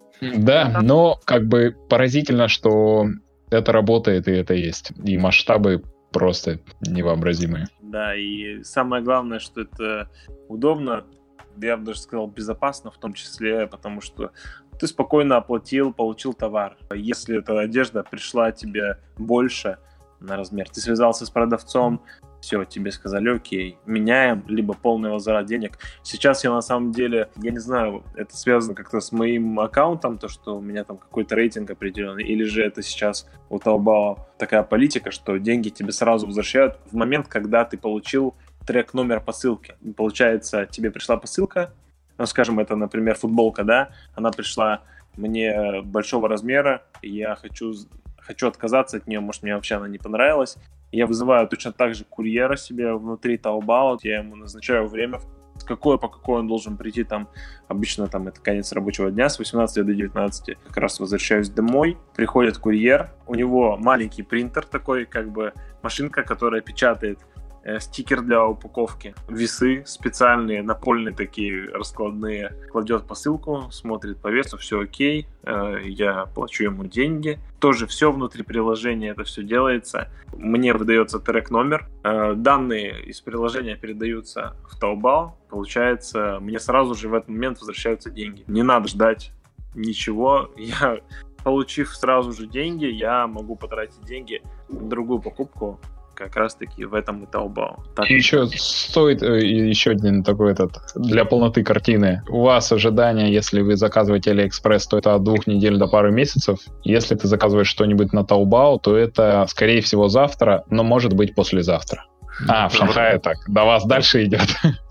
Да, но как бы поразительно, что это работает и это есть. И масштабы просто невообразимые. Да, и самое главное, что это удобно, я бы даже сказал, безопасно в том числе, потому что ты спокойно оплатил, получил товар. Если эта одежда пришла тебе больше на размер, ты связался с продавцом, все, тебе сказали, окей, меняем, либо полный возврат денег. Сейчас я на самом деле, я не знаю, это связано как-то с моим аккаунтом, то, что у меня там какой-то рейтинг определенный, или же это сейчас у Taobao такая политика, что деньги тебе сразу возвращают в момент, когда ты получил трек-номер посылки. Получается, тебе пришла посылка, ну, скажем, это, например, футболка, да, она пришла мне большого размера, и я хочу, хочу отказаться от нее, может, мне вообще она не понравилась. Я вызываю точно так же курьера себе внутри Taobao, я ему назначаю время, с какой по какой он должен прийти, там, обычно там это конец рабочего дня, с восемнадцати до девятнадцати, как раз возвращаюсь домой, приходит курьер, у него маленький принтер такой, как бы машинка, которая печатает стикер для упаковки, весы специальные, напольные такие раскладные, кладет посылку, смотрит по весу, все окей, я плачу ему деньги. Тоже все внутри приложения, это все делается. Мне выдается трек-номер, данные из приложения передаются в Taobao, получается, мне сразу же в этот момент возвращаются деньги. Не надо ждать ничего, я, получив сразу же деньги, я могу потратить деньги на другую покупку, как раз-таки в этом и Taobao. Так. И еще стоит э, еще один такой этот, для полноты картины. У вас ожидания, если вы заказываете AliExpress, то это от двух недель до пары месяцев. Если ты заказываешь что-нибудь на Taobao, то это, скорее всего, завтра, но может быть послезавтра. А, в Шанхае так. До вас дальше идет.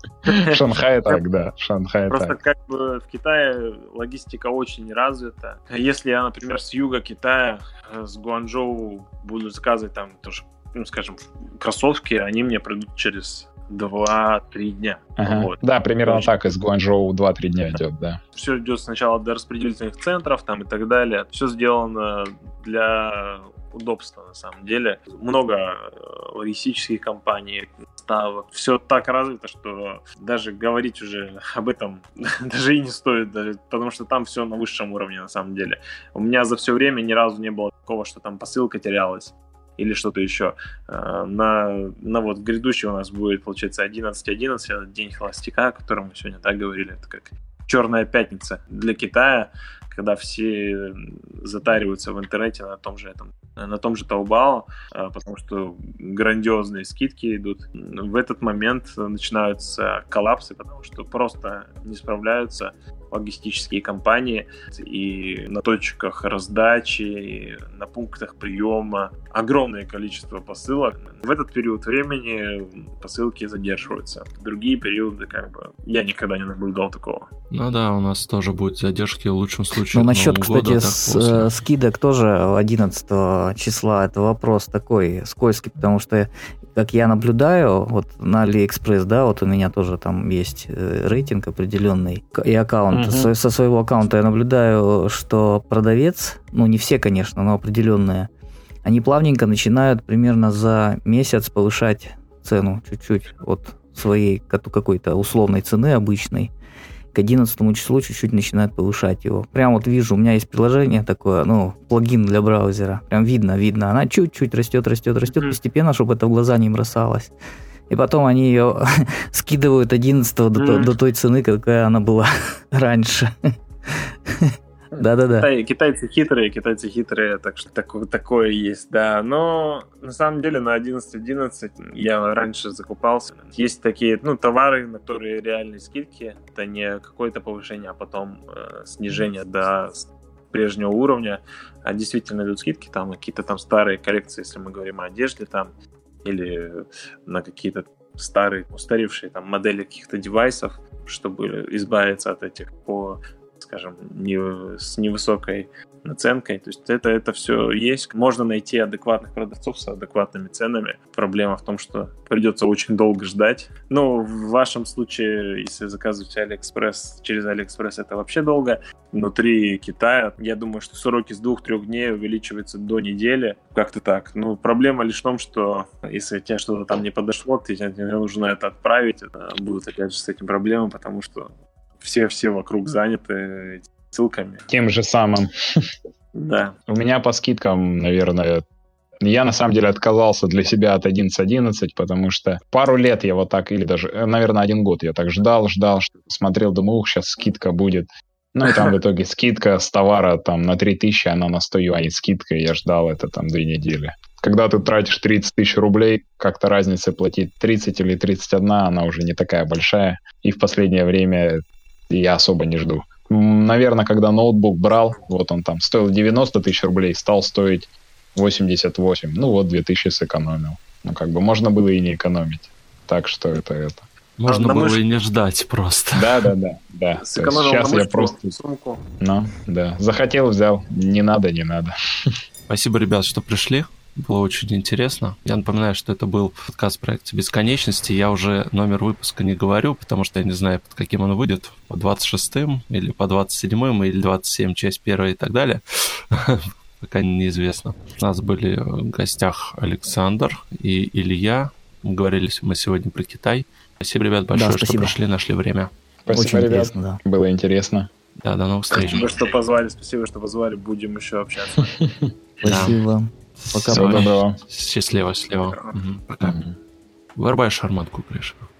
В Шанхае так, да. В Шанхае Просто так. как бы в Китае логистика очень не развита. Если я, например, с юга Китая, с Гуанчжоу буду заказывать там тоже, ну, скажем, кроссовки, они мне придут через два-три дня. Ага. Вот. Да, примерно Очень. Так из Гуанчжоу два-три дня идет, да. Все идет сначала до распределительных центров там и так далее. Все сделано для удобства, на самом деле. Много логистических компаний, ставок. Все так развито, что даже говорить уже об этом даже и не стоит, даже, потому что там все на высшем уровне, на самом деле. У меня за все время ни разу не было такого, что там посылка терялась или что-то еще. На, на вот грядущий у нас будет, получается, одиннадцать одиннадцать, это день холостяка, о котором мы сегодня так говорили. Это как черная пятница для Китая, когда все затариваются в интернете на том же этом, на том же Taobao, потому что грандиозные скидки идут. В этот момент начинаются коллапсы, потому что просто не справляются логистические компании, и на точках раздачи, и на пунктах приема огромное количество посылок. В этот период времени посылки задерживаются. В другие периоды, как бы, я никогда не наблюдал такого. Ну да, у нас тоже будут задержки в лучшем случае. Ну, насчет, кстати, с, скидок тоже одиннадцатого числа, это вопрос такой скользкий, потому что, как я наблюдаю, вот на AliExpress, да, вот у меня тоже там есть рейтинг определенный и аккаунт. Угу. Со, со своего аккаунта я наблюдаю, что продавец, ну не все, конечно, но определенные, они плавненько начинают примерно за месяц повышать цену чуть-чуть от своей какой-то условной цены обычной. К одиннадцатому числу чуть-чуть начинают повышать его. Прям вот вижу, у меня есть приложение такое, ну, плагин для браузера. Прям видно, видно. Она чуть-чуть растет, растет, растет mm-hmm. постепенно, чтобы это в глаза не бросалось. И потом они ее скидывают одиннадцатого mm-hmm. до, до той цены, какая она была раньше. Да-да-да. Китай, китайцы хитрые, китайцы хитрые, так что такое, такое есть, да. Но на самом деле на одиннадцать одиннадцать я раньше закупался. Есть такие, ну, товары, на которые реальные скидки. Это не какое-то повышение, а потом э, снижение до прежнего уровня. А действительно идут скидки, там какие-то там старые коррекции, если мы говорим о одежде, там, или на какие-то старые, устаревшие там модели каких-то девайсов, чтобы избавиться от этих по... скажем, не, с невысокой наценкой. То есть это, это все есть. Можно найти адекватных продавцов с адекватными ценами. Проблема в том, что придется очень долго ждать. Ну, в вашем случае, если заказываете Алиэкспресс, через Алиэкспресс это вообще долго. Внутри Китая, я думаю, что сроки с двух-трех дней увеличиваются до недели. Как-то так. Ну, проблема лишь в том, что если тебе что-то там не подошло, тебе нужно это отправить. Это будут опять же с этим проблемы, потому что все-все вокруг заняты ссылками. Тем же самым. Да. У меня по скидкам, наверное, я на самом деле отказался для себя от одиннадцать одиннадцать, потому что пару лет я вот так, или даже, наверное, один год я так ждал, ждал, смотрел, думал, ух, сейчас скидка будет. Ну и там в итоге скидка с товара там на три тысячи, она на сто юаней скидка, и я ждал это там две недели. Когда ты тратишь тридцать тысяч рублей, как-то разница платить тридцать или тридцать один, она уже не такая большая. И в последнее время я особо не жду. Наверное, когда ноутбук брал, вот он там стоил девяносто тысяч рублей, стал стоить восемьдесят восемь. Ну вот две тысячи сэкономил. Ну как бы можно было и не экономить. Так что это это. Можно а, было мышь... и не ждать просто. Да, да, да, да. Сэкономил сейчас на я просто. Сумку. Ну, да. Захотел, взял. Не надо, не надо. Спасибо, ребят, что пришли. Было очень интересно. Я напоминаю, что это был подкаст проекта бесконечности. Я уже номер выпуска не говорю, потому что я не знаю, под каким он выйдет. По двадцать шестым или по двадцать седьмым или двадцать семь, часть первая и так далее. Пока неизвестно. У нас были в гостях Александр и Илья. Говорили мы сегодня про Китай. Спасибо, ребят, большое, да, что пришли, нашли время. Спасибо, очень ребят. интересно, да. Было интересно. Да, до новых встреч. Спасибо, что позвали. Спасибо, что позвали. Будем еще общаться. Спасибо. Пока. Всего доброго. Счастливо, счастливо. Угу, пока. Угу. Вырубай шарманку, Гриша.